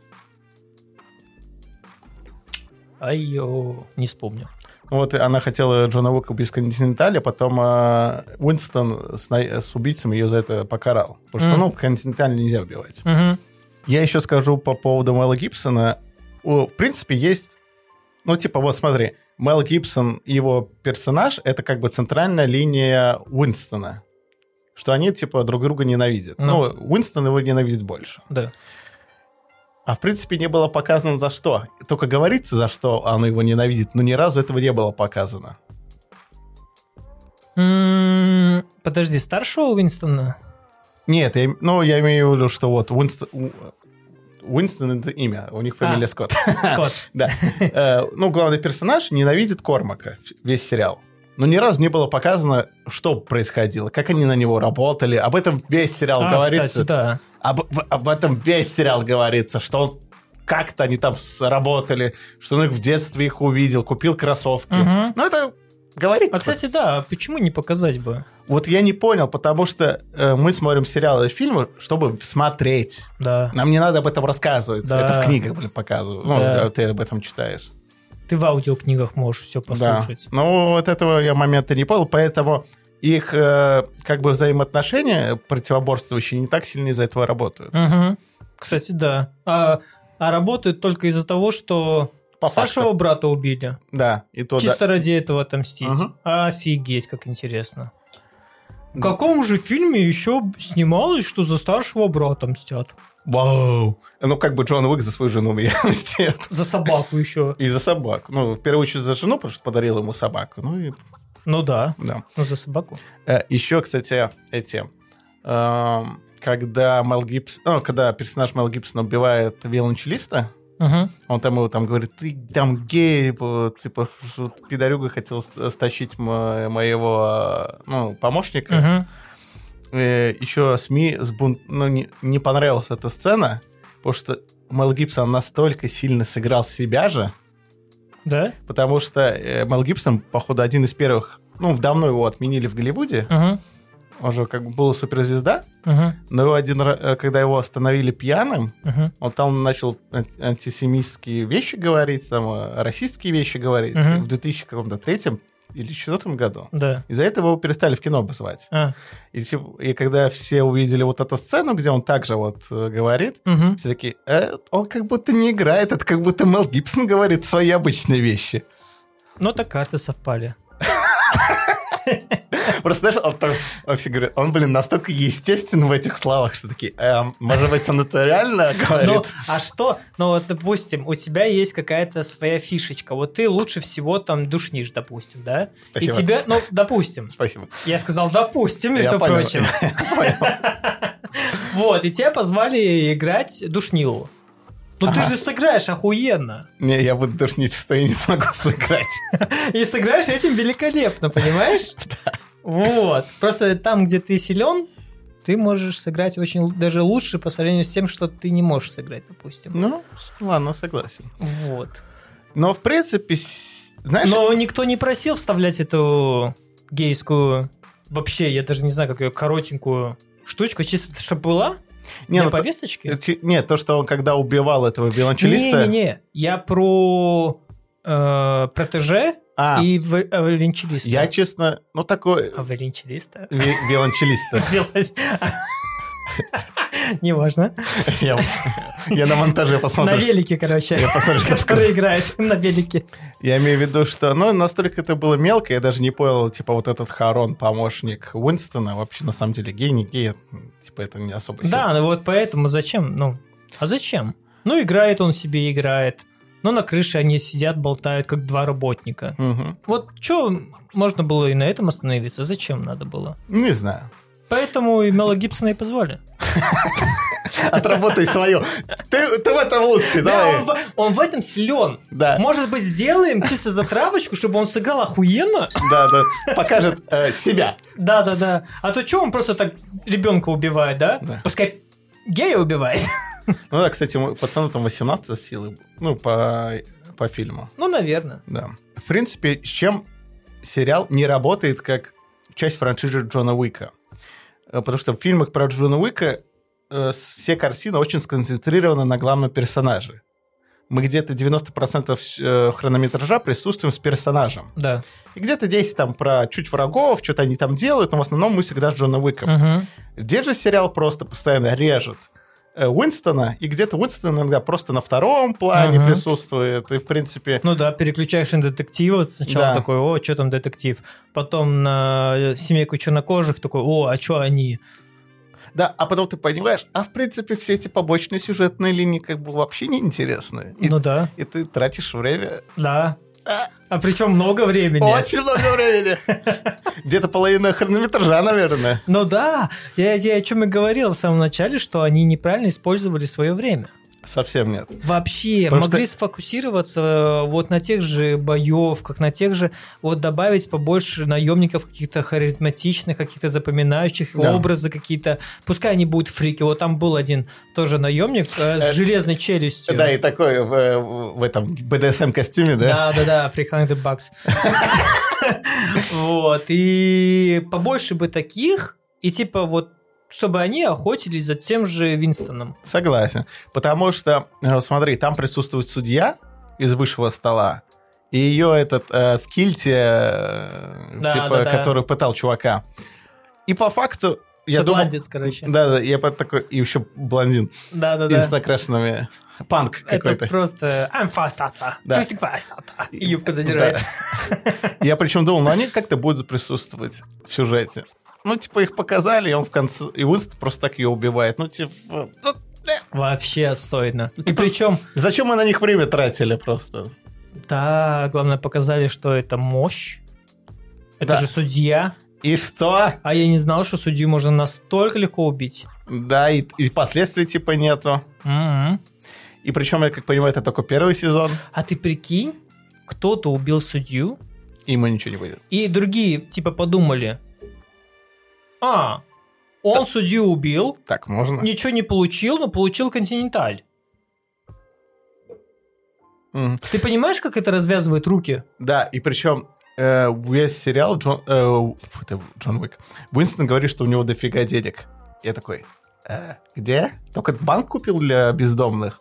B: Ай-ё, не вспомню.
A: Вот она хотела Джона Уика убить в Континентале, потом э, Уинстон с, с убийцем ее за это покарал. Потому что, mm. ну, в Континентале нельзя убивать.
B: Mm-hmm.
A: Я еще скажу по поводу Мэла Гибсона. В принципе, есть... Ну, типа, вот смотри, Мел Гибсон и его персонаж — это как бы центральная линия Уинстона. Что они, типа, друг друга ненавидят. Mm. Ну, Уинстон его ненавидит больше.
B: Да. Yeah.
A: А в принципе не было показано за что. Только говорится, за что он его ненавидит, но ни разу этого не было показано.
B: Mm, подожди, старшего Уинстона?
A: Нет, я, ну, я имею в виду, что вот Уинстон, Уинстон — это имя, у них фамилия а, Скотт.
B: Скотт.
A: Да. Ну, главный персонаж ненавидит Кормака, весь сериал. Но ни разу не было показано, что происходило, как они на него работали. Об этом весь сериал
B: а,
A: говорится.
B: Кстати, да.
A: Об, об этом весь сериал говорится, что он, как-то они там сработали, что он их в детстве их увидел, купил кроссовки. Угу. Ну, это говорится.
B: А, кстати, да, почему не показать бы?
A: Вот я не понял, потому что э, мы смотрим сериалы и фильмы, чтобы смотреть.
B: Да.
A: Нам не надо об этом рассказывать.
B: Да.
A: Это в книгах, блин, показывают.
B: Да.
A: Ну, ты об этом читаешь.
B: Ты в аудиокнигах можешь все послушать.
A: Да. Ну, вот этого я момента не понял, поэтому их э, как бы взаимоотношения противоборствующие не так сильно из-за этого работают.
B: Угу. Кстати, да. А, а работают только из-за того, что
A: По
B: старшего
A: факту.
B: брата убили.
A: Да, и то
B: Чисто
A: да.
B: ради этого отомстить.
A: Угу.
B: Офигеть, как интересно. В
A: Да.
B: каком же фильме еще снималось, что за старшего брата мстят?
A: Вау! Ну, как бы Джон Уик за свою жену мстит.
B: За собаку еще.
A: И за собаку. Ну, в первую очередь за жену, потому что подарил ему собаку. Ну, и
B: Ну да,
A: да.
B: ну за собаку.
A: Э, Еще, кстати, эти... эм, Когда Мел Гибсон... Ну, когда персонаж Мел Гибсона убивает виолончелиста,
B: Угу.
A: он там его там говорит, ты там гей, вот, типа, вот, пидорюга хотел ст- стащить мо- моего, ну, помощника.
B: Угу.
A: Э, Еще СМИ сбун... ну, не, не понравилась эта сцена, потому что Мел Гибсон настолько сильно сыграл себя же,
B: Да?
A: потому что э, Мел Гибсон, походу, один из первых, ну, давно его отменили в Голливуде,
B: Угу.
A: он же как бы был суперзвезда,
B: Угу.
A: но его один раз, э, когда его остановили пьяным,
B: Угу.
A: он там начал ан- антисемитские вещи говорить, там, э, расистские вещи говорить
B: Мгм.
A: в две тысячи третьем или четвёртом году.
B: Да.
A: Из-за этого его перестали в кино звать.
B: А.
A: И, типа, и когда все увидели вот эту сцену, где он также вот э, говорит,
B: Угу.
A: все такие, «Э, он как будто не играет, это как будто Мел Гибсон говорит свои обычные вещи.
B: Ну так карты совпали.
A: Просто, знаешь, он, там, он все говорят, он, блин, настолько естествен в этих словах, что такие, «Эм, может быть, он это реально говорит?
B: Ну, а что? Ну, вот, допустим, у тебя есть какая-то своя фишечка. Вот ты лучше всего там душнишь, допустим, да?
A: Спасибо.
B: И тебя, ну, допустим.
A: Спасибо.
B: Я сказал, допустим, между
A: Я понял.
B: прочим.
A: Понял.
B: Вот, и тебя позвали играть душнилу. Ну, ты
A: Ага.
B: же сыграешь охуенно.
A: Не, я буду душнить, что я не смогу сыграть.
B: И сыграешь этим великолепно, понимаешь? Вот. Просто там, где ты силен, ты можешь сыграть очень даже лучше по сравнению с тем, что ты не можешь сыграть, допустим.
A: Ну, ладно, согласен.
B: Вот.
A: Но, в принципе, с- знаешь...
B: Но никто не просил вставлять эту гейскую, вообще, я даже не знаю, как ее, коротенькую штучку, чисто, чтобы была
A: не,
B: для
A: ну, то-
B: повесточки.
A: Ти- Нет, то, что он когда убивал этого виолончелиста...
B: Не-не-не, я про э, протеже
A: А,
B: и в- э, виолончелиста.
A: я, честно, ну, такой...
B: А виолончелиста?
A: ви- Виолончелиста.
B: Неважно.
A: Я я на монтаже
B: На
A: посмотрю. что-
B: велике, короче.
A: Я посмотрю, что
B: Который
A: сказать.
B: играет на велике.
A: Я имею в виду, что, ну, настолько это было мелко, я даже не понял, типа, вот этот Харон, помощник Уинстона, вообще, на самом деле, гей, не гей, это, типа, это не особо сильно.
B: Да, ну вот поэтому зачем? Ну, а зачем? Ну, играет он себе, играет. Ну, на крыше они сидят, болтают, как два работника.
A: Мгм.
B: Вот что можно было и на этом остановиться? Зачем надо было?
A: Не знаю.
B: Поэтому и Мела Гибсона и позвали.
A: Отработай свое. Ты, ты в этом лучший,
B: Да,
A: давай.
B: он, в, он в этом силен.
A: Да,
B: Может быть, сделаем чисто за травочку, чтобы он сыграл охуенно?
A: да, да. Покажет э, себя.
B: Да-да-да. А то что он просто так ребенка убивает, да?
A: Да.
B: Пускай гея убивает.
A: Ну да, кстати, мой пацану там восемнадцать силы, ну, по, по фильму.
B: Ну, наверное.
A: Да. В принципе, с чем сериал не работает как часть франшизы Джона Уика? Э, Потому что в фильмах про Джона Уика э, с- все картины очень сконцентрированы на главном персонаже. Мы где-то девяносто процентов с- э, хронометража присутствуем с персонажем.
B: Да.
A: И где-то десять там про чуть врагов, что-то они там делают, но в основном мы всегда с Джоном Уиком.
B: Угу.
A: Где же сериал просто постоянно режет э, Уинстона, и где-то Уинстон иногда просто на втором плане
B: Ага.
A: присутствует, и в принципе...
B: Ну да, переключаешь на детектива, сначала
A: Да.
B: такой, о, что там детектив, потом на семейку чернокожих такой, о, а что они?
A: Да, а потом ты понимаешь, а в принципе все эти побочные сюжетные линии как бы вообще не интересны. И,
B: Ну да,
A: и ты тратишь время.
B: да. А причем много времени.
A: Очень много времени. Где-то половина хронометража, наверное.
B: Ну да, я, я о чем и говорил в самом начале, что они неправильно использовали свое время.
A: Совсем нет.
B: Вообще,
A: Потому
B: могли
A: что-
B: сфокусироваться э, вот на тех же боевках, на тех же, вот добавить побольше наемников каких-то харизматичных, каких-то запоминающих,
A: Да.
B: образы какие-то. Пускай они будут фрики. Вот там был один тоже наемник э, с
A: Э,
B: железной челюстью.
A: Да, и такой в, в этом бэ дэ эс эм костюме, да?
B: Да, да, да, Free Hundred Bucks. Вот, и побольше бы таких, и типа вот, чтобы они охотились за тем же Винстоном.
A: Согласен. Потому что, э, смотри, там присутствует судья из высшего стола, И ее этот э, в кильте, э,
B: Да,
A: типа,
B: да, да.
A: который пытал чувака. И по факту... Я думал,
B: Шотландец, короче.
A: да, да, я под такой, и еще блондин,
B: Да-да-да.
A: и с накрашенными, панк какой-то.
B: Это просто I'm fast ата,
A: Да.
B: twisting fast ата. И юбка задирает.
A: Да. Я причем думал, ну они как-то будут присутствовать в сюжете. Ну, типа, их показали, и он в конце, и Уинстон просто так ее убивает. Ну, типа, ну, э.
B: Вообще отстойно. И
A: Типа,
B: причем,
A: зачем мы на них время тратили просто?
B: да, главное, показали, что это мощь. Это
A: Да.
B: же судья.
A: И что?
B: А я не знал, что судью можно настолько легко убить.
A: Да, и, и последствий типа нету.
B: М-м.
A: И причем, я как понимаю, это только первый сезон,
B: А ты прикинь, кто-то убил судью,
A: и ему ничего не будет.
B: и другие типа подумали, а, он судью убил,
A: Так, можно?
B: ничего не получил, но получил континенталь.
A: Мгм.
B: Ты понимаешь, как это развязывает руки?
A: Да, и причем э, весь сериал Джон, э, фу, это Джон Уик. Уинстон говорит, что у него дофига денег. Я такой, «Э, где? Только банк купил для бездомных?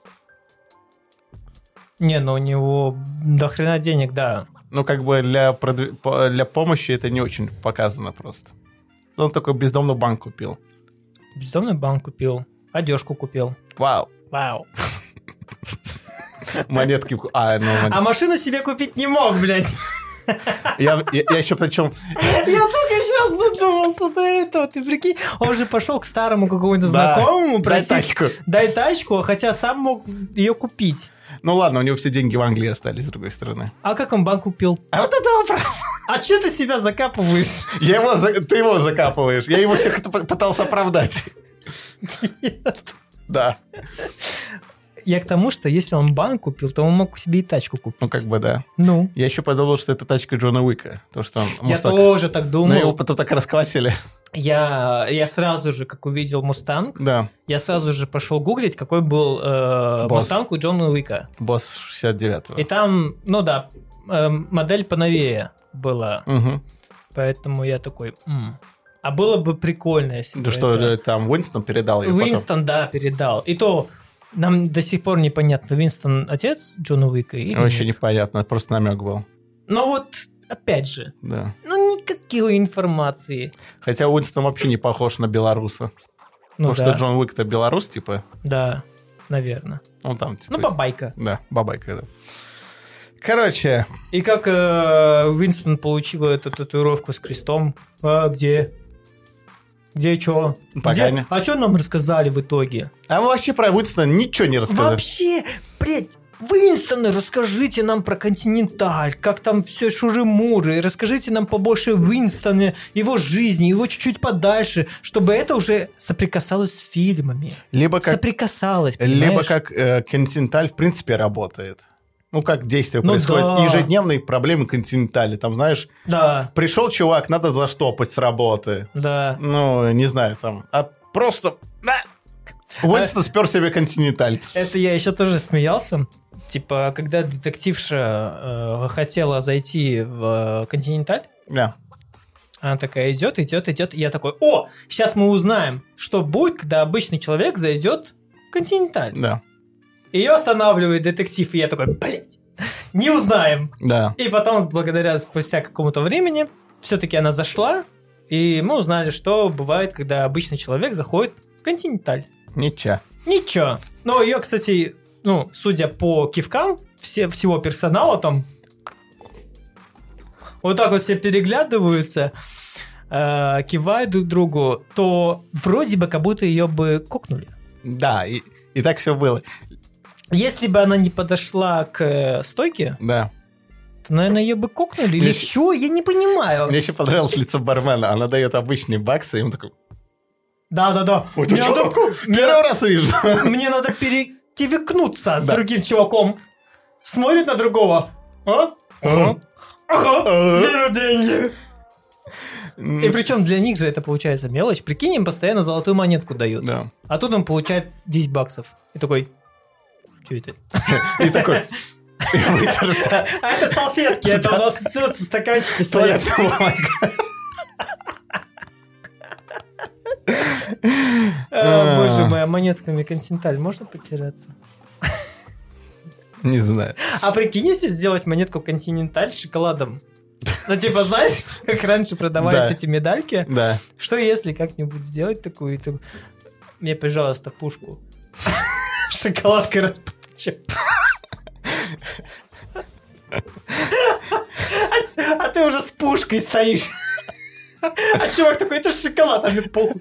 B: Не, ну у него до хрена денег, да.
A: Ну, как бы для, продв- по- для помощи это не очень показано просто. Он такой бездомный банк купил.
B: Бездомный банк купил, одежку купил.
A: Вау.
B: Вау.
A: Монетки. вку- А, ну, мон-
B: А машину себе купить не мог, блядь.
A: я, я, я еще причем...
B: Я только сейчас додумался до этого, ты прикинь. Он же пошел к старому какому-то
A: Да,
B: знакомому
A: дай
B: просить.
A: тачку.
B: Дай тачку, хотя сам мог ее купить.
A: Ну ладно, у него все деньги в Англии остались, с другой стороны.
B: А как он банк купил?
A: А вот это вопрос.
B: А что ты себя закапываешь?
A: Я его, за- ты его закапываешь. Я его всех это п- пытался оправдать. Да.
B: Я к тому, что если он банк купил, то он мог себе и тачку купить.
A: Ну, как бы да.
B: Ну.
A: Я еще подумал, что это тачка Джона Уика. То, что он
B: Я
A: Мустанг.
B: тоже так
A: Но его
B: думал.
A: потом так расквасили.
B: Я, я сразу же, как увидел Мустанг,
A: Да.
B: я сразу же пошел гуглить, какой был э,
A: Босс.
B: Мустанг у Джона Уика.
A: Босс шестьдесят девятого.
B: И там, ну да, э, модель поновее была.
A: Угу.
B: Поэтому я такой, «М». А было бы прикольно, если бы
A: Да что,
B: это-
A: э, там Уинстон передал ее потом.
B: Уинстон, да, передал. И то нам до сих пор непонятно, Уинстон отец Джона Уика или
A: Вообще
B: нет.
A: непонятно, просто намек был.
B: Но вот, опять же,
A: Да.
B: ну никакой информации.
A: Хотя Уинстон вообще не похож на белоруса.
B: Ну
A: Потому
B: да,
A: что Джон Уик-то белорус, типа.
B: да, наверное.
A: Он там, типа...
B: Ну, бабайка.
A: Да, бабайка, да. Короче,
B: И как э, Уинстон получил эту татуировку с крестом? А, где? Где что?
A: Пока не-
B: А что нам рассказали в итоге?
A: а мы вообще про Уинстона ничего не рассказали.
B: Вообще, блядь, Уинстоны, расскажите нам про Континенталь, как там все шуры-муры, расскажите нам побольше Уинстона, его жизни, его чуть-чуть подальше, чтобы это уже соприкасалось с фильмами.
A: Либо как,
B: Соприкасалось,
A: либо
B: понимаешь?
A: как э, Континенталь в принципе работает. Ну, как действие
B: Ну
A: происходит.
B: да.
A: Ежедневные проблемы Континентали. Там, знаешь,
B: Да,
A: пришел чувак, надо заштопать с работы.
B: да.
A: Ну, не знаю, там. А просто... да. Уинстон спер себе Континенталь.
B: Это я еще тоже смеялся. Типа, когда детективша э, хотела зайти в э, Континенталь,
A: Да.
B: она такая идет, идет, идет, и я такой, о, сейчас мы узнаем, что будет, когда обычный человек зайдет в Континенталь.
A: Да.
B: Ее останавливает детектив, и я такой, блядь, не узнаем.
A: Да.
B: И потом, благодаря спустя какому-то времени, все-таки она зашла, и мы узнали, что бывает, когда обычный человек заходит в Континенталь.
A: Ничего.
B: Ничего. Но ее, кстати, ну, судя по кивкам все, всего персонала там вот так вот все переглядываются, э, кивают друг другу, то вроде бы как будто ее бы кокнули.
A: Да, и, и так все было.
B: Если бы она не подошла к э, стойке,
A: Да.
B: то, наверное, ее бы кокнули. Или
A: Мне-
B: что? Я не понимаю.
A: Мне еще понравилось лицо бармена. Она дает обычные баксы, и он такой...
B: Да-да-да.
A: Ой,
B: Мне
A: ты
B: надо-
A: чё?
B: мне-
A: Первый раз вижу.
B: Мне надо перекивекнуться с
A: Да.
B: другим чуваком. Смотрит на другого. А? Ага. Ага. Беру деньги. И причем для них же это получается мелочь. Прикинь, им постоянно золотую монетку дают.
A: Да.
B: А тут он получает десять баксов. И такой, что это?
A: И такой... Я вытерся.
B: А это салфетки, это у нас ассоциируются стаканчики стоят.
A: Туалетная бумага.
B: А, Боже мой, а монетками континенталь можно потеряться?
A: Не знаю.
B: А прикинь, если сделать монетку Континенталь с шоколадом. Ну, типа, знаешь, как раньше продавались
A: Да.
B: эти медальки?
A: Да.
B: Что если как-нибудь сделать такую? Ты... Мне, пожалуйста, пушку. Шоколадкой распутачем. А ты уже с пушкой стоишь. А чувак такой, это ж шоколад, а мне похуй.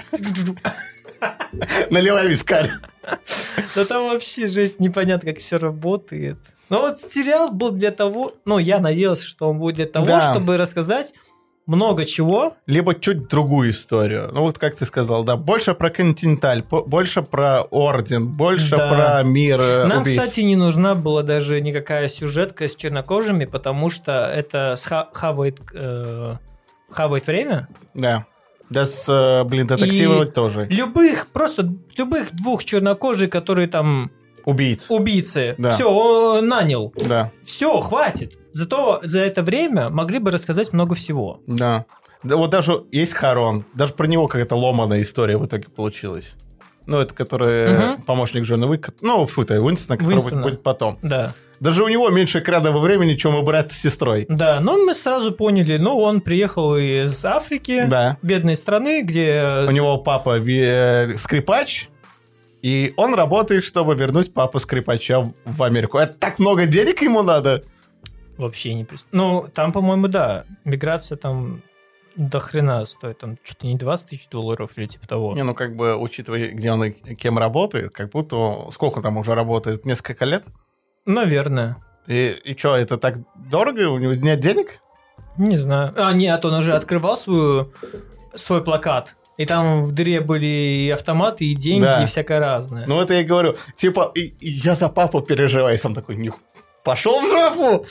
A: Наливай вискарь.
B: Да там вообще жесть, непонятно, как все работает. Но вот сериал был для того, ну, я надеялся, что он будет для того,
A: Да.
B: чтобы рассказать много чего.
A: Либо чуть другую историю. Ну, вот как ты сказал, да, больше про Континенталь, по- больше про Орден, больше
B: Да.
A: про мир э,
B: Нам,
A: убийц.
B: кстати, не нужна была даже никакая сюжетка с чернокожими, потому что это сха- хавает, э, хавает время.
A: Да. Да, с, э, блин, детективы
B: И-
A: тоже.
B: Любых, просто любых двух чернокожих, которые там
A: Убийц.
B: убийцы.
A: Да.
B: Все, нанял.
A: Да,
B: Все, хватит. Зато за это время могли бы рассказать много всего.
A: да. Да, вот даже есть Харон. Даже про него какая-то ломаная история в итоге получилась. Ну, это который
B: Мгм.
A: помощник Джона Уика. Ну, фу, это Уинстона, который
B: Уинстона.
A: будет, будет потом.
B: Да.
A: Даже у него меньше экранного времени, чем у брата с сестрой.
B: Да, но мы сразу поняли, ну, он приехал из Африки,
A: Да.
B: бедной страны, где...
A: У него папа ви- э, скрипач, и он работает, чтобы вернуть папу скрипача в Америку. Это так много денег ему надо?
B: Вообще не... прис- Ну, там, по-моему, да, миграция там до хрена стоит, там что-то не двадцать тысяч долларов или типа того.
A: Не, ну как бы, учитывая, где он и кем работает, как будто... он- Сколько там уже работает? Несколько лет?
B: Наверное.
A: И, и что, это так дорого? У него нет денег?
B: Не знаю. А, нет, он уже открывал свою, свой плакат. И там в дыре были и автоматы, и деньги,
A: Да.
B: и всякое разное.
A: Ну это я и говорю. Типа, и, и я за папу переживаю. И сам такой, нюх. Пошел в жопу!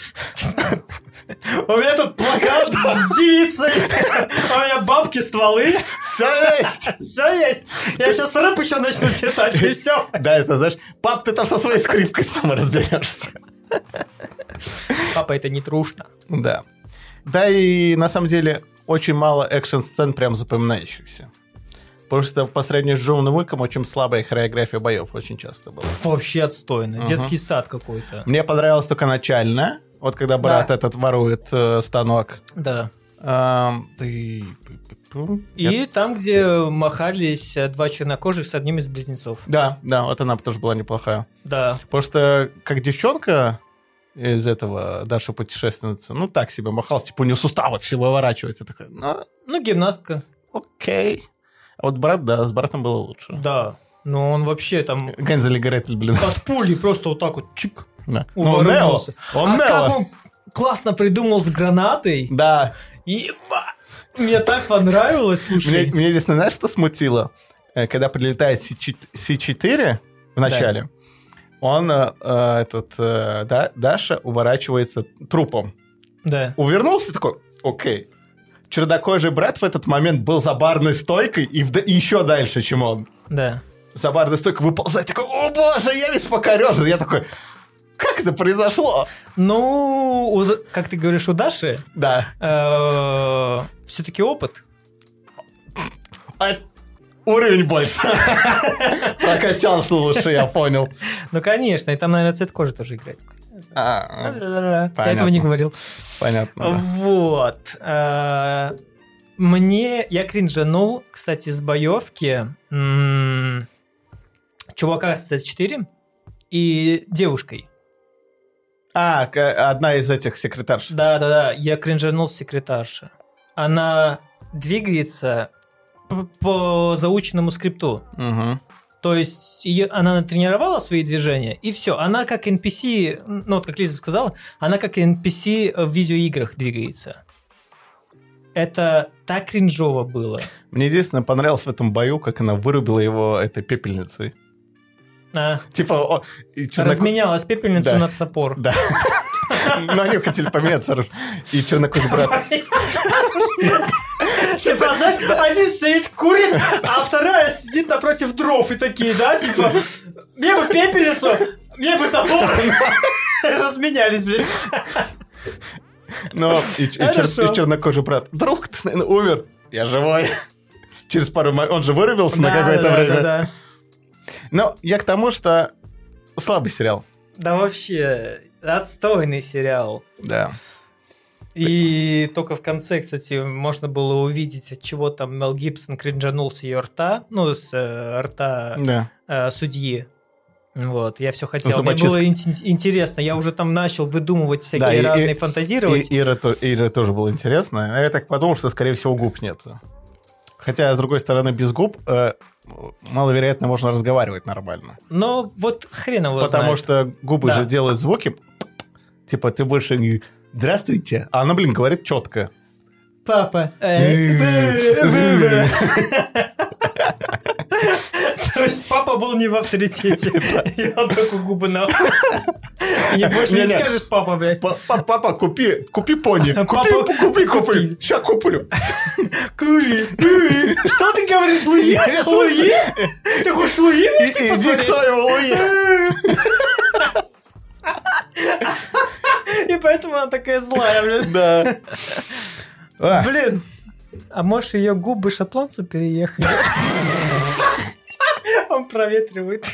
B: У меня тут плакат с девицей, у меня бабки, стволы,
A: Все есть!
B: все есть. Я сейчас рэп еще начну читать, и все.
A: Да, это знаешь, пап, ты там со своей скрипкой сам разберешься.
B: Папа, это не трушно.
A: Да. Да, и на самом деле очень мало экшн-сцен прям запоминающихся. Потому что по сравнению с Джоном Уиком очень слабая хореография боев очень часто была.
B: Пф, вообще отстойно.
A: Ага.
B: Детский сад какой-то.
A: Мне понравилось только начальная. Вот когда брат
B: Да.
A: этот ворует э, станок.
B: Да.
A: Ам, ты-
B: И там, где махались э, два чернокожих с одним из близнецов.
A: Да, да, вот она тоже была неплохая.
B: Да.
A: Потому что как девчонка из этого Даша путешественница, ну так себе махалась, типа у нее суставы все выворачиваются. Такая, ну,
B: Ну, гимнастка.
A: окей. А вот брат, да, с братом было лучше.
B: Да. Но он вообще там
A: Гензель и Гретель, блин.
B: от пули просто вот так вот чик
A: Да. Ну, Нео.
B: уворачивался.
A: Он
B: А
A: Нео.
B: как он классно придумал с гранатой.
A: Да.
B: Ебать. Мне так понравилось,
A: Мне,
B: слушай.
A: мне здесь, знаешь, что смутило? Э, Когда прилетает Си четыре в начале, он, э, э, этот, э, да, Даша уворачивается трупом.
B: Да.
A: Увернулся такой, окей. Чернокожий брат в этот момент был за барной стойкой и, вда- и еще дальше, чем он.
B: Да.
A: За барной стойкой выползает, такой, о боже, я весь покорежен. Я такой, как это произошло?
B: Ну, у Д- как ты говоришь, у Даши
A: Да.
B: все-таки опыт.
A: А уровень больше. Прокачался лучше, я понял.
B: Ну, конечно, и там, наверное, цвет кожи тоже играет.
A: А,
B: Я
A: понятно.
B: этого не говорил.
A: понятно, да.
B: Вот. А, Мне, я кринжанул, кстати, с боевки м, чувака с С четыре и девушкой.
A: А, к- одна из этих секретарш.
B: Да-да-да, я кринжанул с секретарши. Она двигается п- по заученному скрипту.
A: Мгм.
B: То есть ее, она натренировала свои движения, и все. Она как эн пи си, ну вот как Лиза сказала, она как эн пи си в видеоиграх двигается. Это так кринжово было.
A: Мне единственное понравилось в этом бою, как она вырубила его этой пепельницей.
B: А,
A: Типа, о, и черноко-
B: разменялась пепельницу
A: Да.
B: на топор.
A: Да. Но они хотели поменяться. И чернокожий брат...
B: Типа, знаешь, один стоит курит, а вторая сидит напротив дров и такие, да, типа, мне бы пепельницу, мне бы топор. Разменялись, блин.
A: Но и, и чер-
B: Хорошо.
A: и чернокожий брат, друг, ты, наверное, умер. Я живой. Через пару... мо- Он же вырубился на
B: Да,
A: какое-то
B: да,
A: время.
B: да, да.
A: Но я к тому, что слабый сериал.
B: Да вообще, отстойный сериал.
A: Да.
B: И только в конце, кстати, можно было увидеть, от чего там Мел Гибсон кринжанул с ее рта, ну, с э, рта
A: Да.
B: э, судьи. Вот, я все хотел.
A: Ну,
B: Мне
A: зубочистка.
B: было ин- интересно, я уже там начал выдумывать всякие
A: Да, и-
B: разные,
A: и-
B: фантазировать.
A: И Ира, то- Ира тоже было интересно. А я так подумал, что, скорее всего, губ нет. Хотя, с другой стороны, без губ э, маловероятно можно разговаривать нормально.
B: Но вот хрен его
A: Потому
B: знает.
A: что губы
B: Да.
A: же делают звуки. Типа, ты больше не «Здравствуйте», а она, блин, говорит четко.
B: Папа. э, б- б- То есть папа был не в авторитете. И он только губы на... И больше не
A: Не-не.
B: скажешь папа, блядь.
A: Папа, купи, купи пони. Купи,
B: Папа,
A: купи, купи.
B: купи.
A: Ща куплю.
B: Кури, кури. Что ты говоришь, Луи?
A: Я
B: Луи?
A: слышу.
B: Ты хочешь Луи
A: И-
B: найти
A: Иди к
B: посмотреть?
A: своему Луи.
B: И поэтому она такая злая, блин.
A: Да. А,
B: Блин, а может ее губы шотландцу переехали? Он проветривает.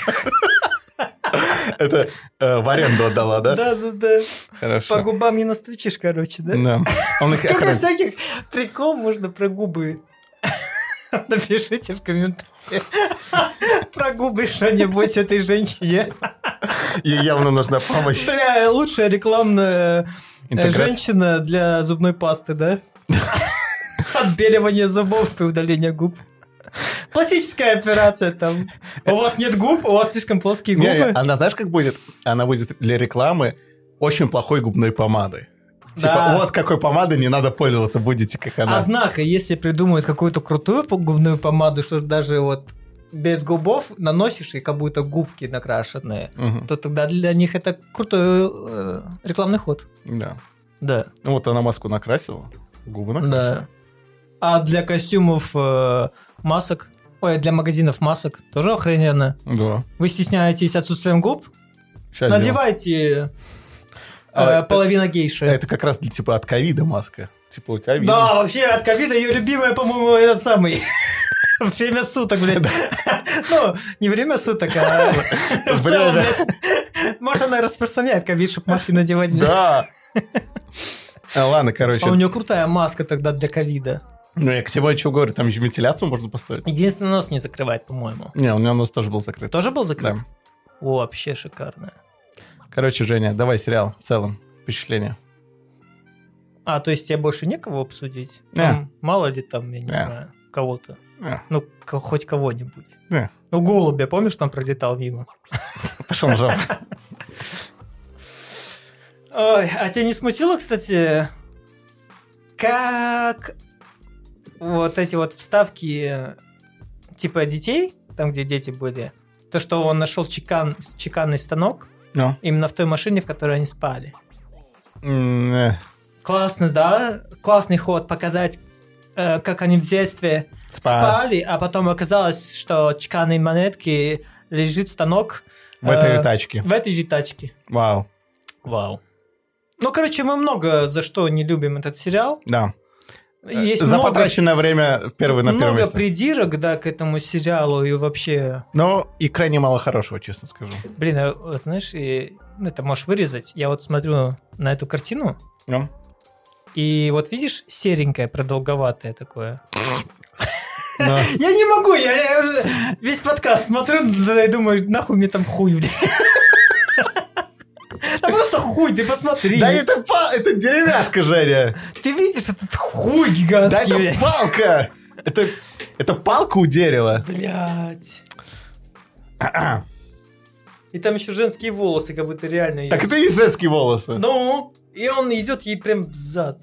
A: Это э, в аренду отдала, да?
B: Да-да-да. По
A: Хорошо.
B: губам не настучишь, короче, да?
A: Да. Он их
B: Сколько
A: охраняет.
B: всяких прикол можно про губы. Напишите в комментариях. Про губы что-нибудь этой женщине.
A: Ей явно нужна помощь.
B: Бля, лучшая рекламная э,
A: Интеграция.
B: женщина для зубной пасты, да? Отбеливание зубов и удаление губ. Пластическая операция там. У вас нет губ, у вас слишком плоские
A: Не, не,
B: губы.
A: она знаешь, как будет? Она будет для рекламы очень плохой губной помады. Типа,
B: Да.
A: вот какой помадой не надо пользоваться, будете как она.
B: Однако, если придумают какую-то крутую по- губную помаду, что даже вот без губов наносишь и как будто губки накрашенные,
A: Мгм.
B: то тогда для них это крутой э, рекламный ход.
A: Да.
B: Да.
A: Ну вот она маску накрасила, губы накрасила.
B: Да. А для костюмов э, масок, ой, для магазинов масок тоже охрененно.
A: Да.
B: Вы стесняетесь отсутствием губ?
A: Сейчас
B: Надевайте
A: А,
B: э, половина гейши.
A: Это как раз для, типа от ковида маска. Типа у тебя видно.
B: Да, вообще от ковида ее любимая, по-моему, этот самый. Время суток, блядь. Ну, не время суток, а в целом,
A: Время.
B: блядь. Может, она распространяет ковид, чтобы маски надевать, блядь.
A: Да. А, ладно, короче.
B: А у нее крутая маска тогда для ковида.
A: Ну, я к тебе что говорю, там еще вентиляцию можно поставить.
B: Единственное, нос не закрывать, по-моему.
A: Не, у меня нос тоже был закрыт.
B: Тоже был закрыт?
A: Да.
B: О, вообще шикарно.
A: Короче, Женя, давай сериал в целом. Впечатление.
B: А, то есть тебе больше некого обсудить?
A: Не.
B: Там мало ли там, я не
A: Не.
B: знаю, кого-то.
A: Не,
B: Ну, ко- хоть кого-нибудь.
A: не.
B: Ну, голубя, помнишь, там пролетал мимо?
A: Пошел на жопу.
B: Ой, а тебя не смутило, кстати, как вот эти вот вставки типа детей, там, где дети были, то, что он нашел чекан, чеканный станок
A: Ну.
B: именно в той машине, в которой они спали.
A: М, э,
B: Классно, да? Классный ход показать, э, как они в детстве
A: Спа.
B: спали, а потом оказалось, что чеканные монетки лежит станок
A: В этой
B: э,
A: тачке.
B: в этой же тачке.
A: Вау.
B: Вау. Ну, короче, мы много за что не любим этот сериал.
A: Да.
B: Есть
A: За
B: много,
A: потраченное время в первый на первом
B: много
A: месте.
B: придирок, да, к этому сериалу и вообще...
A: Но и крайне мало хорошего, честно скажу.
B: Блин, а вот знаешь, и, ну, это можешь вырезать. Я вот смотрю на эту картину,
A: Ну.
B: и вот видишь, серенькое, продолговатое такое.
A: Но-
B: Я не могу, я, я уже весь подкаст смотрю, да, и думаю, нахуй мне там хуй, блин. Да просто хуй, ты посмотри.
A: Да это, па- это деревяшка, Женя.
B: Ты видишь этот хуй
A: Да
B: гигантский,
A: это
B: блядь.
A: палка. Это, это палка у дерева.
B: Блядь. И там еще женские волосы, как будто реально... её-
A: Так это и женские волосы.
B: Ну, и он идет ей прям в зад.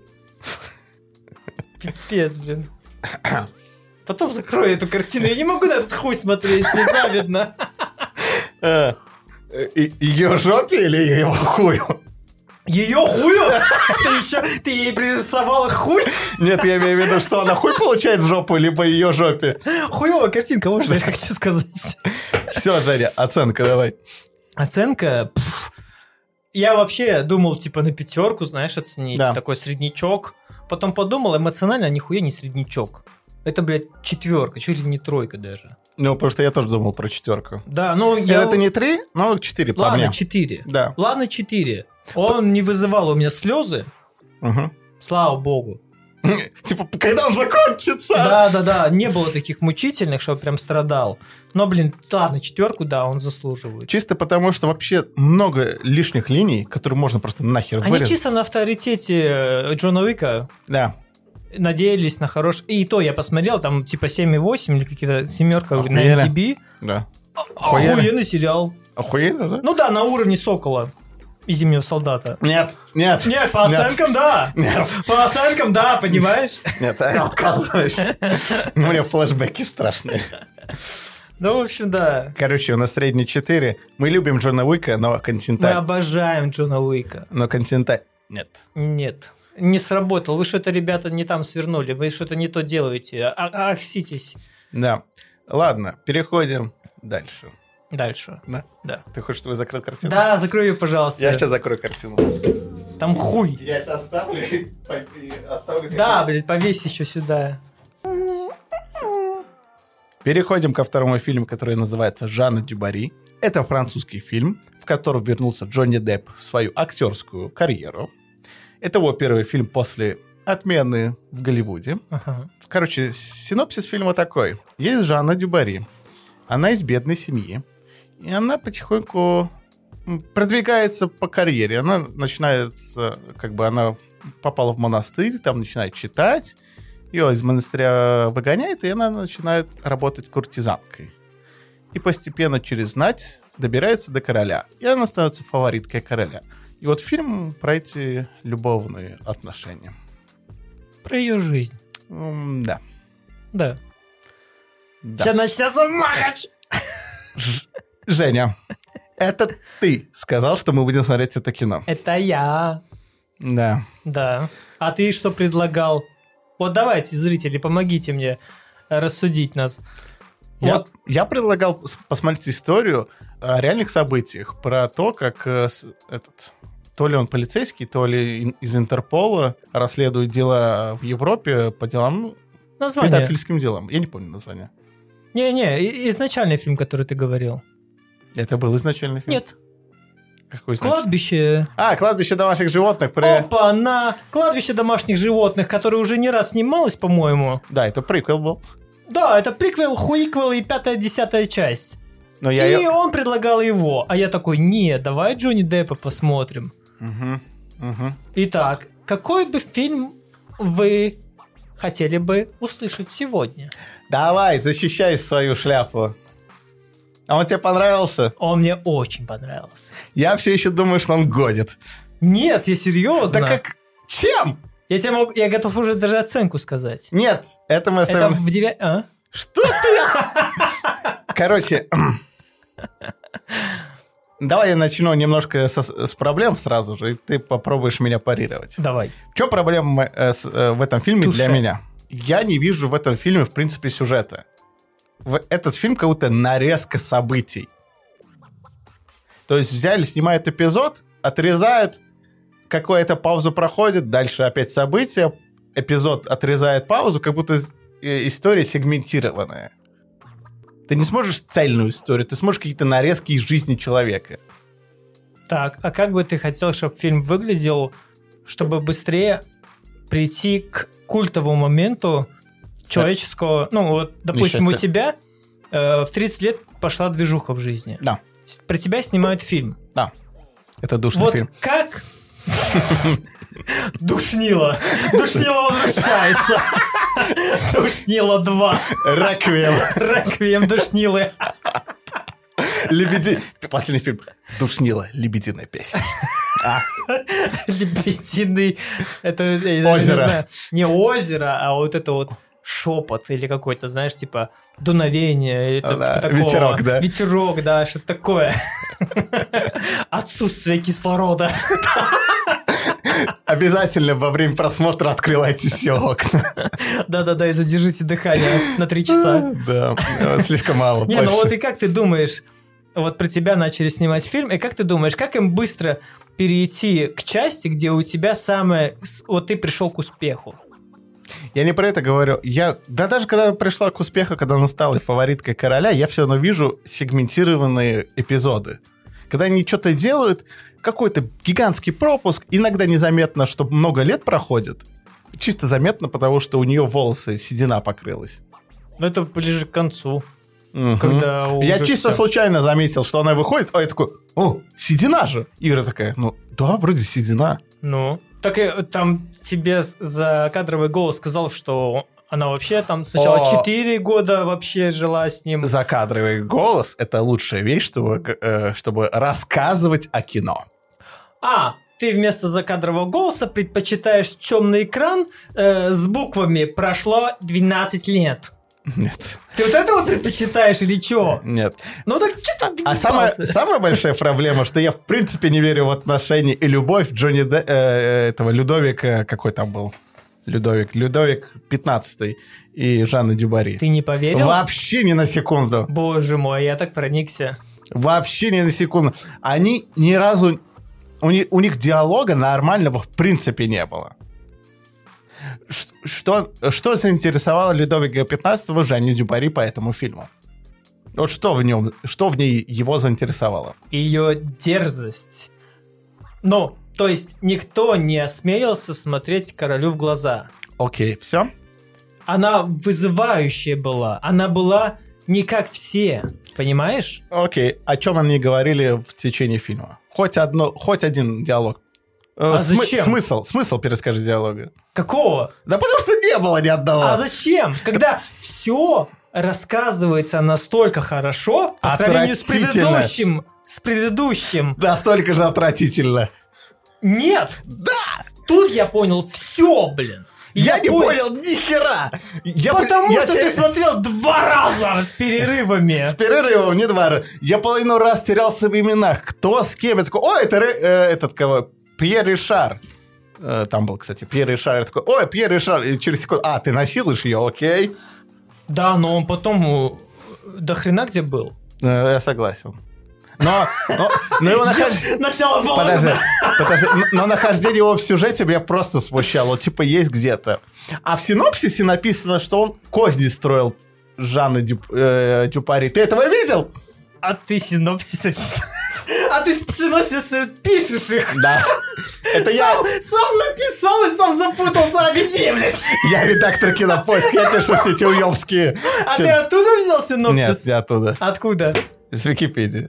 B: Пипец, блин. Потом закрою эту картину. Я не могу на этот хуй смотреть, мне завидно.
A: А, и- Ее жопе или его хую?
B: Ее хую? Ты еще, ты ей пририсовала хуй?
A: Нет, я имею в виду, что она хуй получает в жопу, либо ее жопе.
B: Хуевая картинка, можно я хочу сказать.
A: Все, Женя, оценка давай.
B: Оценка? Пф. Я вообще думал, типа, на пятерку, знаешь, оценить.
A: Да.
B: Такой среднячок. Потом подумал, эмоционально нихуя не среднячок. Это, блядь, четверка, чуть ли не тройка даже.
A: Ну, потому что я тоже думал про четверку.
B: Да, ну я...
A: Это не три, но четыре по
B: Ладно,
A: мне.
B: четыре.
A: Да.
B: Ладно, четыре. Он не вызывал у меня слезы.
A: Угу.
B: Слава богу.
A: Типа, когда он закончится?
B: Да, да, да. Не было таких мучительных, что я прям страдал. Но, блин, ладно, четверку, да, он заслуживает.
A: Чисто потому, что вообще много лишних линий, которые можно просто нахер
B: Они
A: вырезать.
B: чисто на авторитете Джона Уика
A: Да.
B: надеялись на хороший... И то я посмотрел, там типа семь и восемь или какие-то семерка на
A: Охуели.
B: эм ди би.
A: Да.
B: Охуенный сериал.
A: Охуели, да?
B: Ну да, на уровне Сокола и Зимнего солдата.
A: Нет, нет.
B: Нет, по оценкам, да.
A: Нет.
B: По оценкам, да, понимаешь?
A: Нет, я отказываюсь. У меня флешбеки страшные.
B: Ну, в общем, да.
A: Короче, у нас средний четыре. Мы любим Джона Уика, но
B: Мы
A: континенталь.
B: обожаем Джона Уика.
A: Но континенталь... Нет.
B: Нет. Не сработал. Вы что-то, ребята, не там свернули. Вы что-то не то делаете. А- Ахситесь.
A: Да. Ладно, переходим дальше.
B: Дальше.
A: Да?
B: Да.
A: Ты хочешь, чтобы я закрыл картину?
B: Да, закрой ее, пожалуйста.
A: Я сейчас закрою картину.
B: Там хуй.
A: Я это оставлю и оставлю.
B: Да, блядь, повесь еще сюда.
A: Переходим ко второму фильму, который называется «Жанна Дюбари». Это французский фильм, в котором вернулся Джонни Депп в свою актерскую карьеру. Это его первый фильм после отмены в Голливуде.
B: Ага.
A: Короче, синопсис фильма такой. Есть Жанна Дюбари. Она из бедной семьи. И она потихоньку продвигается по карьере. Она начинает, как бы она попала в монастырь, там начинает читать. Ее из монастыря выгоняет, и она начинает работать куртизанкой. И постепенно через знать добирается до короля. И она становится фавориткой короля. И вот фильм про эти любовные отношения.
B: Про ее жизнь.
A: М, Да.
B: Да.
A: Да.
B: Сейчас начнется махач.
A: Ж- Женя, это ты сказал, что мы будем смотреть это кино.
B: Это я.
A: Да.
B: Да. А ты что предлагал? Вот давайте, зрители, помогите мне рассудить нас.
A: Я,
B: Вот.
A: я предлагал с- посмотреть историю о реальных событиях, про то, как э, с- этот, то ли он полицейский, то ли ин- из Интерпола расследует дела в Европе по делам, ну,
B: Название.
A: педофильским делам. Я не помню название.
B: Не-не, и- изначальный фильм, который ты говорил.
A: Это был изначальный фильм?
B: Нет.
A: Какой изначальный?
B: Кладбище.
A: А, «Кладбище домашних животных». При...
B: Опа, на кладбище домашних животных, которое уже не раз снималось, по-моему.
A: Да, это приквел был.
B: Да, это приквел, хуиквел и пятая-десятая часть.
A: Но я...
B: И он предлагал его. А я такой, не, давай Джонни Деппа посмотрим.
A: Угу, угу.
B: Итак, какой бы фильм вы хотели бы услышать сегодня?
A: Давай, защищай свою шляпу. А он тебе понравился?
B: Он мне очень понравился.
A: Я все еще думаю, что он гонит.
B: Нет, я серьезно.
A: Да как? Чем?
B: Я тебе могу, я готов уже даже оценку сказать.
A: Нет, это мы
B: Это
A: оставим...
B: в девять... А?
A: Что ты? Короче, давай я начну немножко со- с проблем сразу же, и ты попробуешь меня парировать.
B: Давай.
A: В чем проблема э, с- э, в этом фильме
B: Туше.
A: для меня? Я не вижу в этом фильме, в принципе, сюжета. В этот фильм как будто нарезка событий. То есть взяли, снимают эпизод, отрезают, какая-то пауза проходит, дальше опять события, эпизод отрезает паузу, как будто э, история сегментированная. Ты не сможешь цельную историю, ты сможешь какие-то нарезки из жизни человека.
B: Так, а как бы ты хотел, чтобы фильм выглядел, чтобы быстрее прийти к культовому моменту человеческого... Ну, вот, допустим, у
A: Несчастье.
B: тебя э, в тридцать лет пошла движуха в жизни.
A: Да,
B: С- Про тебя снимают фильм.
A: да. Это душный
B: Вот
A: фильм.
B: как... Душнило. Душнило возвращается. Душнило два.
A: Реквием.
B: Реквием Душнилы.
A: Лебеди... Последний фильм. Душнила. Лебединая песня. А,
B: Лебединый... Это, я даже не
A: Озеро.
B: знаю, не озеро, а вот это вот шепот или какой-то, знаешь, типа дуновение. Или
A: Да,
B: типа такого.
A: ветерок, да.
B: Ветерок, да, что-то такое. Отсутствие кислорода.
A: обязательно во время просмотра открывайте все окна.
B: Да-да-да, и задержите дыхание на три часа.
A: Да, слишком мало.
B: Не, ну вот и как ты думаешь, вот про тебя начали снимать фильм, и как ты думаешь, как им быстро перейти к части, где у тебя самое... Вот ты пришел к успеху?
A: Я не про это говорю. Я, да даже когда пришла к успеху, когда она стала фавориткой короля, я все равно вижу сегментированные эпизоды. Когда они что-то делают, какой-то гигантский пропуск, иногда незаметно, что много лет проходит. Чисто заметно, потому что у нее волосы, седина покрылась.
B: Ну, это ближе к концу.
A: Угу.
B: Когда
A: я чисто
B: все.
A: случайно заметил, что она выходит, а я такой, о, седина же. Ира такая, ну да, вроде седина.
B: Ну, так и там тебе за кадровый голос сказал, что она вообще там сначала
A: О.
B: четыре года вообще жила с ним.
A: Закадровый голос — это лучшая вещь, чтобы, э, чтобы рассказывать о кино.
B: А, ты вместо закадрового голоса предпочитаешь темный экран э, с буквами «Прошло двенадцать лет».
A: Нет.
B: Ты вот этого предпочитаешь или чё?
A: Нет.
B: Ну так что ты
A: А самая,
B: доебался?
A: самая большая проблема, что я в принципе не верю в отношения и любовь Джонни Де... э, этого Людовика, какой там был? Людовик. Людовик пятнадцатый и Жанна Дюбари.
B: Ты не поверил?
A: Вообще ни на секунду.
B: Боже мой, я так проникся.
A: Вообще ни на секунду. Они ни разу... У них, у них диалога нормального в принципе не было. Что, что заинтересовало Людовика пятнадцатого Жанну Дюбари по этому фильму? Вот что в нем, что в ней его заинтересовало?
B: Ее дерзость. Ну, то есть никто не осмелился смотреть королю в глаза.
A: Окей, все?
B: Она вызывающая была. Она была не как все. Понимаешь?
A: Окей, о чем они говорили в течение фильма? Хоть, одно, хоть один диалог.
B: А
A: Смы-
B: зачем?
A: Смысл, смысл перескажи диалога.
B: Какого?
A: Да потому что не было ни одного.
B: А зачем? Когда все рассказывается настолько хорошо по сравнению с
A: Отвратительно.
B: предыдущим, с предыдущим.
A: Настолько же отвратительно.
B: Нет.
A: Да!
B: Тут я понял все, блин.
A: Я, не
B: пон-
A: понял ни хера. Я,
B: Потому
A: я
B: что
A: те-
B: ты смотрел два раза с перерывами.
A: С перерывом, не два раза. Я половину раз терялся в именах. Кто с кем? Я такой, о, это Ре- э, этот кого? Пьер Ришар. Э, Там был, кстати, Пьер Ришар. Я такой, ой, Пьер Ришар. И через секунду, а, ты насилуешь ее, окей.
B: Да, но он потом э, до хрена где был.
A: Э, Я согласен. Но, но, но его нахождение...
B: Начало было.
A: Подожди, подожди. Но- Но нахождение его в сюжете меня просто смущало. Вот, типа, есть где-то. А в синопсисе написано, что он козни строил Жанны Дю- э, Дюпари. Ты этого видел?
B: А ты синопсисы читаешь. А ты синопсисы пишешь их.
A: Да. Это я,
B: Сам, сам написал и сам запутался, а где, блядь?
A: я редактор Кинопоиска, я пишу все эти уебские...
B: А
A: все-
B: ты оттуда взял
A: Нет,
B: синопсис?
A: не оттуда.
B: Откуда?
A: С Википедии.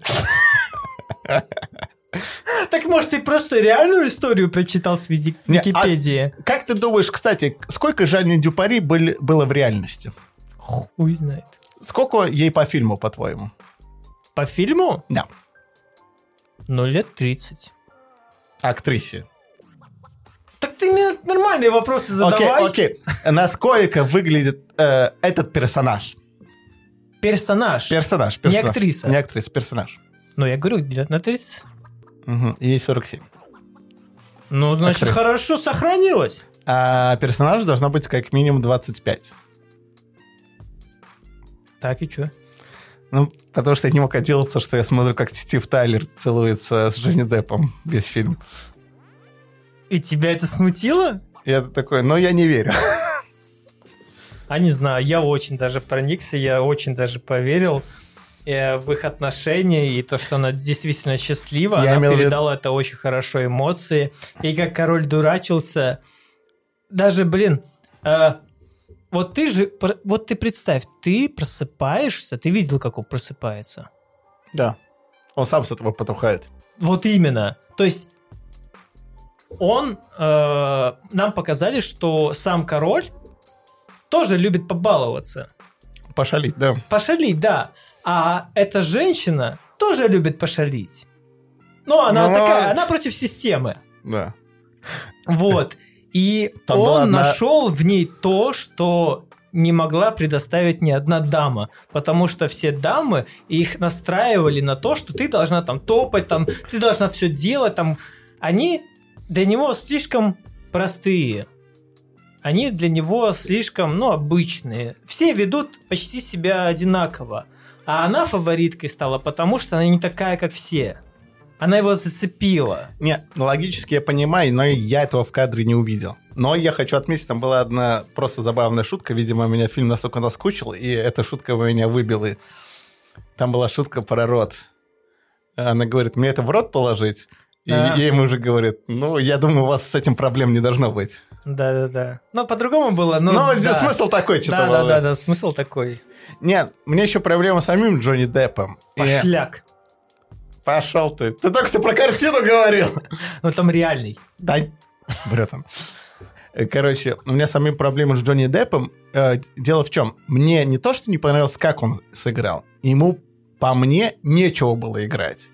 B: Так может ты просто реальную историю прочитал с Вики-
A: Не, а-
B: Википедии?
A: Как ты думаешь, кстати, сколько Жанне Дюпари были, было в реальности?
B: Хуй знает.
A: Сколько ей по фильму, по-твоему?
B: По фильму?
A: Да.
B: Ну, лет тридцать.
A: Актрисе.
B: Так ты мне нормальные вопросы задавай.
A: Окей, окей. Насколько выглядит э, этот персонаж?
B: Персонаж.
A: Персонаж, персонаж.
B: Не актриса.
A: Не актриса, персонаж.
B: Ну, я говорю, лет на тридцать.
A: Угу. Ей сорок семь.
B: Ну, значит,
A: Актриса.
B: хорошо сохранилось.
A: А персонажу должно быть как минимум двадцать пять.
B: Так, и чё?
A: Ну, потому что я не мог отделаться, что я смотрю, как Стив Тайлер целуется с Джонни Деппом весь фильм.
B: И тебя это смутило?
A: Я такой, но я не верю.
B: А не знаю, я очень даже проникся, я очень даже поверил э, в их отношения, и то, что она действительно счастлива,
A: Я
B: она
A: имел в виду-
B: передала это очень хорошо эмоции, и как король дурачился. Даже, блин, э, вот ты же, пр- вот ты представь, ты просыпаешься, ты видел, как он просыпается?
A: Да. Он сам с этого потухает.
B: Вот именно. То есть он, э, нам показали, что сам король тоже любит побаловаться.
A: Пошалить, да.
B: Пошалить, да. А эта женщина тоже любит пошалить. Но она
A: Ну,
B: такая, она против системы.
A: Да.
B: Вот. И
A: Там была
B: он
A: одна-
B: нашел в ней то, что не могла предоставить ни одна дама. Потому что все дамы их настраивали на то, что ты должна там топать, там, ты должна все делать. Там. Они для него слишком простые. Они для него слишком, ну, обычные. Все ведут почти себя одинаково. А она фавориткой стала, потому что она не такая, как все. Она его зацепила.
A: Не, ну, логически я понимаю, но я этого в кадре не увидел. Но я хочу отметить, там была одна просто забавная шутка. Видимо, меня фильм настолько наскучил, и эта шутка меня выбила. Там была шутка про рот. Она говорит, мне это в рот положить? И
B: А.
A: ей муж говорит, ну, я думаю, у вас с этим проблем не должно быть.
B: Да-да-да. Но по-другому было. Но,
A: Ну,
B: да.
A: здесь смысл такой, что-то было.
B: Да-да-да, смысл такой.
A: Нет, у меня еще проблема с самим Джонни Деппом. И-
B: Пошляк.
A: Пошел ты. Ты только что про картину говорил.
B: Ну, там реальный.
A: Да, врет он. Короче, у меня самим проблемы с Джонни Деппом. Э, дело в чем? Мне не то, что не понравилось, как он сыграл. Ему, по мне, нечего было играть.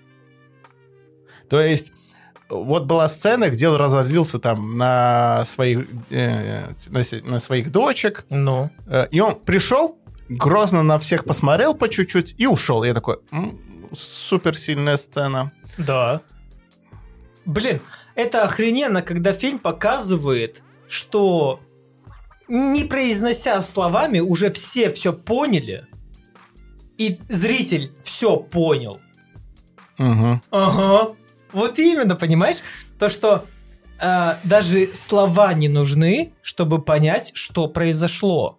A: То есть, вот была сцена, где он разозлился там на своих, э, на, се- на своих дочек.
B: Ну.
A: Э, и он пришел, грозно на всех посмотрел по чуть-чуть и ушел. Я такой, м, суперсильная сцена.
B: Да. Блин, это охрененно, когда фильм показывает, что не произнося словами, уже все все поняли, и зритель все понял.
A: Угу.
B: Ага. Вот именно, понимаешь? То, что э, даже слова не нужны, чтобы понять, что произошло.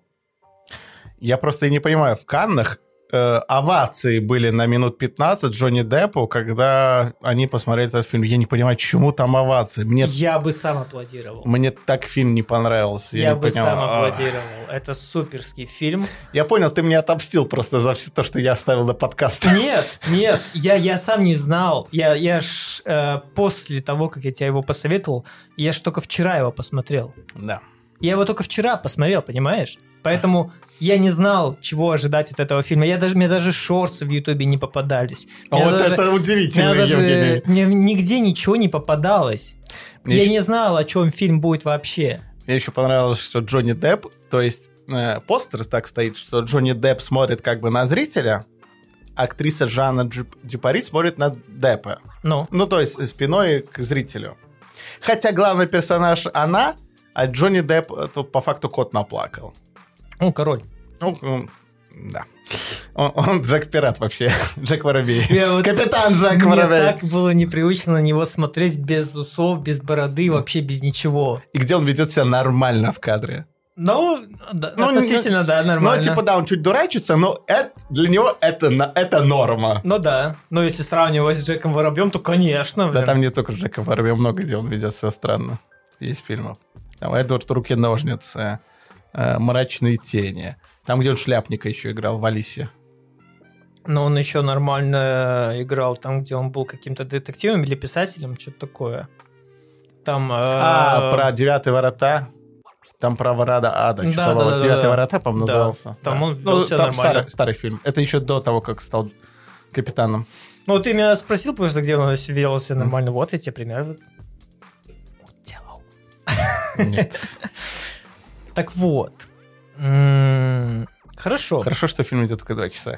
A: Я просто и не понимаю, в Каннах э, овации были на минут пятнадцать Джонни Деппу, когда они посмотрели этот фильм. Я не понимаю, чему там овации. Мне,
B: Я бы сам аплодировал.
A: мне так фильм не понравился. Я,
B: Я
A: не
B: бы
A: понял.
B: сам
A: А.
B: аплодировал. Это суперский фильм.
A: Я понял, ты меня отомстил просто за все то, что я вставил на подкаст.
B: Нет, нет, я, я сам не знал. Я, я ж э, после того, как я тебе его посоветовал, я ж только вчера его посмотрел.
A: Да.
B: Я его только вчера посмотрел, понимаешь? Поэтому я не знал, чего ожидать от этого фильма. Я даже, мне даже шорты в Ютубе не попадались.
A: А
B: Мне
A: вот
B: даже-
A: это удивительно,
B: мне даже-
A: Евгений.
B: мне нигде ничего не попадалось.
A: Мне
B: я
A: еще-
B: не знал, о чем фильм будет вообще.
A: Мне еще понравилось, что Джонни Депп, то есть э, постер так стоит, что Джонни Депп смотрит как бы на зрителя, а актриса Жанна Джу- Дюпари смотрит на Деппа.
B: Ну,
A: Ну, то есть спиной к зрителю. Хотя главный персонаж она, а Джонни Депп, это по факту кот наплакал.
B: ну, король.
A: Ну, м, да. Он, он Джек-пират вообще. Джек Воробей.
B: Я вот-
A: Капитан Джек
B: Мне
A: Воробей.
B: так было непривычно на него смотреть без усов, без бороды, вообще без ничего.
A: И где он ведет себя нормально в кадре.
B: Ну, да,
A: Ну,
B: относительно, да, нормально.
A: Ну, типа, да, он чуть дурачится, но это, для него это, на- это норма.
B: Ну да, но если сравнивать с Джеком Воробьем, то конечно.
A: Да
B: блин.
A: там не только Джека Воробья, много где он ведет себя странно. Есть фильмов. Там Эдвард Руки-ножницы, э, Мрачные тени. Там, где он шляпника еще играл, в Алисе.
B: Но он еще нормально играл там, где он был каким-то детективом или писателем, что-то такое. Там... э,
A: А, про «Девятые ворота». Там про ворота ада.
B: Да,
A: Что-то
B: да,
A: вот
B: да,
A: «Девятые
B: да.
A: ворота», по-моему,
B: Да.
A: назывался.
B: Там
A: Да.
B: он вел себя
A: там
B: нормально.
A: старый, старый фильм. Это еще до того, как стал капитаном.
B: Ну, ты меня спросил просто, где он вел себя нормально. Вот я тебе пример вот делал.
A: Нет.
B: Так вот. М, Хорошо.
A: Хорошо, что фильм идет только два часа.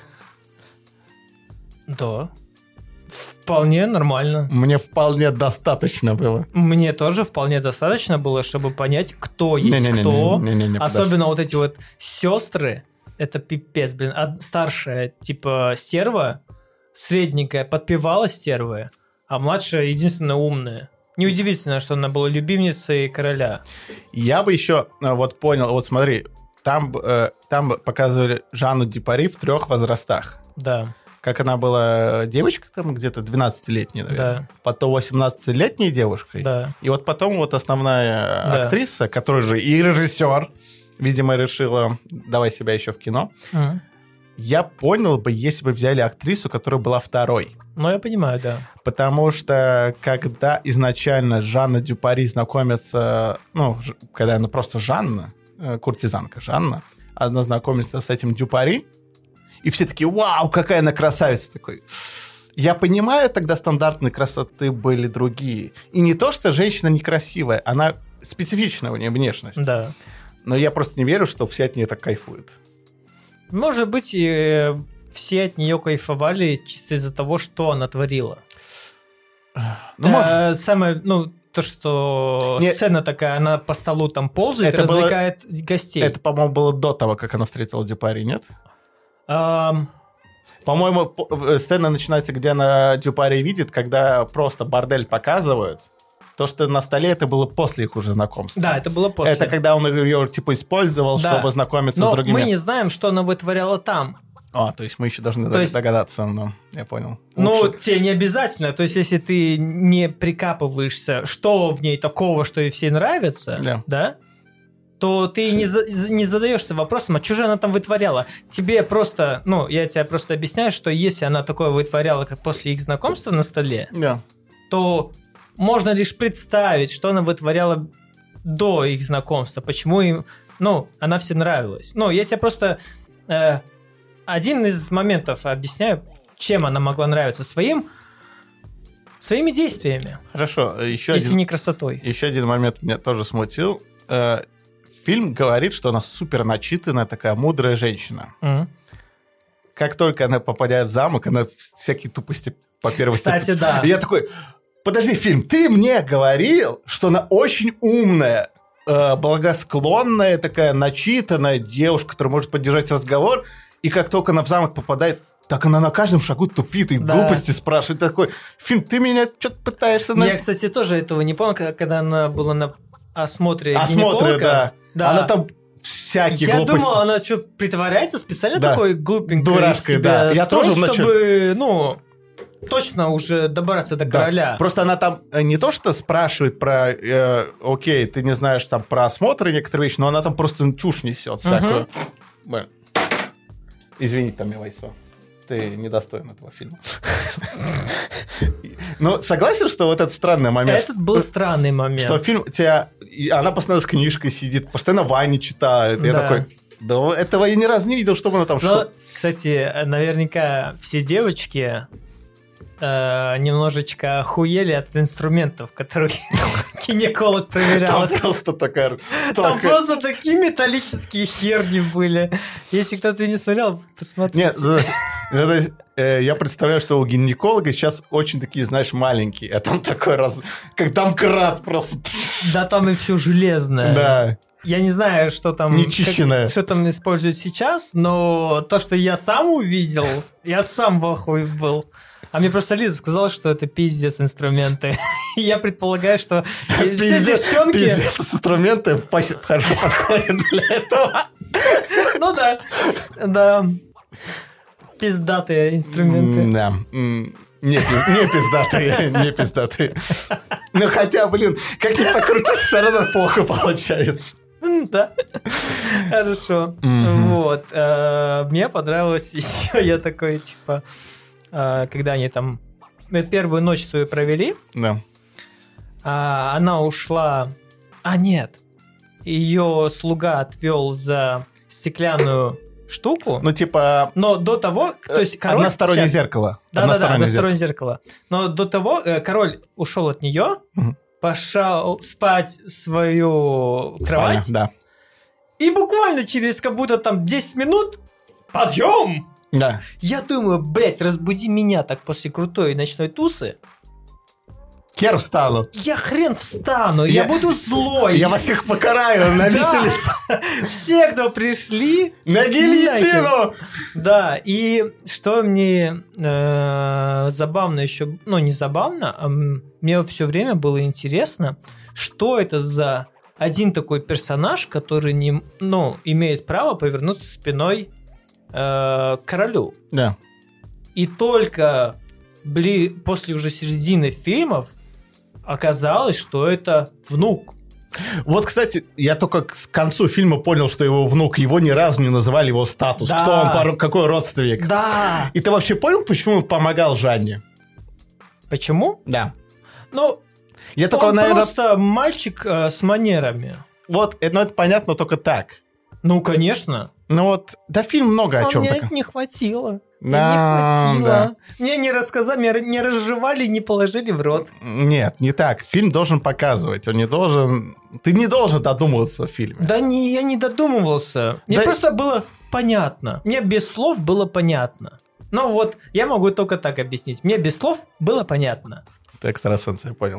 B: Да. Вполне нормально.
A: Мне вполне достаточно было.
B: Мне тоже вполне достаточно было, чтобы понять, кто есть кто.
A: Не-не-не-не-не-не, подожди.
B: Особенно вот эти вот сестры. Это пипец, блин. Од- Старшая, типа, стерва, средненькая подпевала стервы, а младшая единственная умная. Неудивительно, что она была любимицей короля.
A: Я бы еще э, вот понял, вот смотри, там, э, там показывали Жанну Дюпари в трех возрастах.
B: Да,
A: Как она была девочкой, там где-то двенадцатилетней, наверное.
B: да,
A: Потом восемнадцатилетней девушкой.
B: да.
A: И вот потом вот основная
B: Да.
A: актриса, которая же и режиссер, видимо, решила, давай себя еще в кино.
B: Мгм.
A: Я понял бы, если бы взяли актрису, которая была второй.
B: Ну, я понимаю, да.
A: Потому что когда изначально Жанна Дюпари знакомится, ну, ж- когда она просто Жанна, э, куртизанка Жанна, она знакомится с этим Дюпари, и все такие, вау, какая она красавица. Такой. Я понимаю, тогда стандартные красоты были другие. И не то, что женщина некрасивая, она специфичная у нее внешность.
B: Да.
A: Но я просто не верю, что все от нее так кайфуют.
B: Может быть, и э, все от нее кайфовали чисто из-за того, что она творила.
A: Ну, может.
B: Э, Самое, ну, то, что
A: Не-
B: сцена такая, она по столу там ползает,
A: Это было-
B: развлекает гостей.
A: Это, по-моему, было до того, как она встретила Дюпари, нет?
B: Ам,
A: По-моему, по- сцена начинается, где она Дюпари видит, когда просто бордель показывают. То, что на столе, это было после их уже знакомства.
B: Да, это было после.
A: Это когда он ее, типа, использовал,
B: Да.
A: чтобы знакомиться
B: Но
A: с другими.
B: мы не знаем, что она вытворяла там.
A: А, то есть мы еще должны
B: То есть-
A: догадаться, ну, я понял.
B: Ну,
A: Лучше.
B: тебе не обязательно. То есть, если ты не прикапываешься, что в ней такого, что ей все нравится,
A: Да.
B: да, то ты не, за- не задаешься вопросом, а что же она там вытворяла? Тебе просто, ну, я тебе просто объясняю, что если она такое вытворяла, как после их знакомства на столе,
A: Да.
B: то можно лишь представить, что она вытворяла до их знакомства, почему им, ну, она всем нравилась. Ну, я тебе просто э, один из моментов объясняю, чем она могла нравиться, своим, своими действиями,
A: Хорошо, еще
B: если
A: один,
B: не красотой.
A: еще один момент меня тоже смутил. Э, Фильм говорит, что она супер начитанная, такая мудрая женщина.
B: Мгм.
A: Как только она попадает в замок, она всякие тупости по первости.
B: Кстати, да.
A: И я такой, подожди, фильм, ты мне говорил, что она очень умная, э, благосклонная, такая начитанная девушка, которая может поддержать разговор, и как только она в замок попадает, так она на каждом шагу тупит и
B: Да.
A: глупости спрашивает. Такой, фильм, ты меня что-то пытаешься... на-
B: Я, кстати, тоже этого не помню, к- когда она была на осмотре
A: Осмотры,
B: гинеколога.
A: да.
B: Да.
A: Она там всякие
B: Я
A: глупости.
B: думал, она что, притворяется специально
A: Да.
B: такой глупенькой
A: Дурашкой,
B: из себя
A: да. Я
B: строит,
A: тоже вначале-
B: чтобы, ну, точно уже добраться до
A: Да.
B: короля.
A: Просто она там э, не то что спрашивает про, э, окей, ты не знаешь там про осмотры некоторые вещи, но она там просто чушь несет всякую. Блин. Извини, там, Вайсо. Ты недостоин этого фильма. Ну, согласен, что вот этот странный момент.
B: Этот был странный момент.
A: Что фильм тебя... и она постоянно с книжкой сидит, постоянно Ване читает. Я
B: Да.
A: такой, да этого я ни разу не видел, чтобы она там...
B: Но,
A: что-
B: кстати, наверняка все девочки э, немножечко охуели от инструментов, которые гинеколог проверял.
A: Там просто такая...
B: Там
A: так-
B: просто такие металлические херни были. Если кто-то не смотрел, посмотрите.
A: Нет, ну, то есть, э, я представляю, что у гинеколога сейчас очень такие, знаешь, маленькие. А там такой раз, как домкрат просто.
B: Да там и все железное.
A: Да.
B: Я не знаю, что там,
A: Нечищенное.
B: как- что там используют сейчас, но то, что я сам увидел, я сам в ахуе был. А мне просто Лиза сказала, что это пиздец инструменты. И я предполагаю, что все
A: Пиздец,
B: девчонки...
A: пиздец, инструменты пос- хорошо подходят для этого.
B: Ну да, да. Пиздатые инструменты.
A: М, Да. М, Не, пиз- не пиздатые, не пиздатые. Ну хотя, блин, как ни покрутишь, все равно плохо получается.
B: М, Да. Хорошо.
A: Мгм.
B: Вот. э, Мне понравилось еще, я такой, типа, э, когда они там первую ночь свою провели,
A: Да.
B: а, она ушла... А, нет. Ее слуга отвел за стеклянную штуку.
A: Ну типа
B: Но до того... То есть король...
A: одностороннее
B: Щас.
A: зеркало.
B: Да-да-да,
A: Одностороннее
B: одностороннее зеркало. Но до того э, король ушел от нее,
A: Мгм.
B: пошел спать в свою
A: зеркало.
B: кровать,
A: Спальня,
B: и буквально через как будто там десять минут подъем!
A: Да. Да.
B: Я думаю, блядь, разбуди меня так после крутой ночной тусы.
A: Хер встану.
B: Я хрен встану, я,
A: Я-
B: буду злой.
A: Я вас всех покараю на
B: Да.
A: виселицу.
B: Все, кто пришли,
A: На гильотину!
B: да, и что мне э, забавно еще, ну не забавно, а м, мне все время было интересно, что это за один такой персонаж, который не, ну, имеет право повернуться спиной э, к королю.
A: Да.
B: И только бли, после уже середины фильмов оказалось, что это внук.
A: Вот, кстати, я только к с- концу фильма понял, что его внук, его ни разу не называли его статус.
B: Да.
A: Кто он, по ро- какой родственник.
B: Да.
A: И ты вообще понял, почему он помогал Жанне?
B: Почему?
A: Да.
B: Ну,
A: Я только,
B: он
A: наверное,
B: просто мальчик э, с манерами.
A: вот, э, ну это понятно только так.
B: Ну, конечно.
A: Ну вот, да фильм много о
B: Но
A: чем
B: мне
A: таком.
B: не хватило. Мне
A: Да,
B: не хватило.
A: да.
B: Мне не рассказали, мне не разжевали, не положили в рот.
A: Нет, не так. Фильм должен показывать, он не должен... Ты не должен додумываться в фильме.
B: Да не, я не додумывался. Мне
A: Да-
B: просто было понятно. Мне без слов было понятно. Ну вот, я могу только так объяснить. Мне без слов было понятно.
A: Ты экстрасенс, я понял.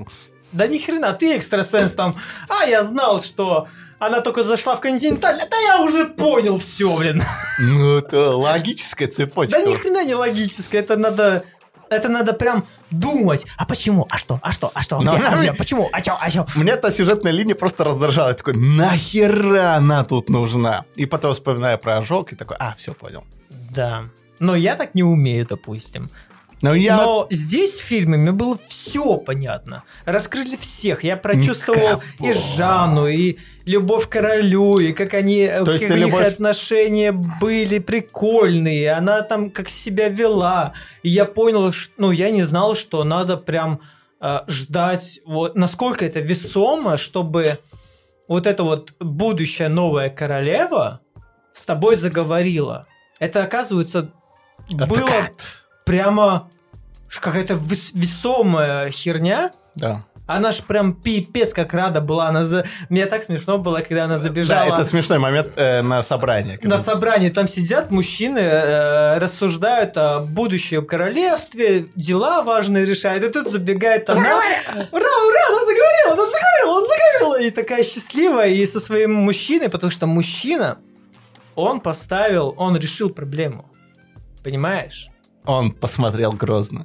B: Да ни хрена, ты экстрасенс там. А я знал, что она только зашла в континенталь. Да я уже понял все, блин.
A: Ну, это логическая цепочка.
B: Да ни хрена не логическая. Это надо... Это надо прям думать. А почему? А что? А что? А что? Где? А где? Почему? А чё? А чё?
A: Мне эта сюжетная линия просто раздражала. Я такой, нахера она тут нужна? И потом вспоминаю про ожог и такой, а, все понял.
B: Да. Но я так не умею, допустим.
A: Но, я...
B: Но здесь в фильме мне было все понятно. Раскрыли всех. Я прочувствовал
A: Никого.
B: и Жанну, и любовь к королю, и как они,
A: То
B: как
A: есть
B: у
A: ты
B: них
A: любовь-
B: отношения были прикольные. Она там как себя вела. И я понял, что, ну, я не знал, что надо прям э, ждать, вот насколько это весомо, чтобы вот эта вот будущая новая королева с тобой заговорила. Это, оказывается,
A: Это
B: было...
A: как?
B: прямо какая-то вес- весомая херня.
A: Да.
B: Она ж прям пипец как рада была. Она за... Мне так смешно было, когда она забежала
A: Да, это смешной момент э, на собрании. когда-
B: на собрании. Там сидят мужчины, э, рассуждают о будущем королевстве, дела важные решают. И тут забегает она. Ура, ура, она заговорила, она заговорила, она заговорила. И такая счастливая, и со своим мужчиной, потому что мужчина, он поставил, он решил проблему. Понимаешь?
A: Он посмотрел грозно.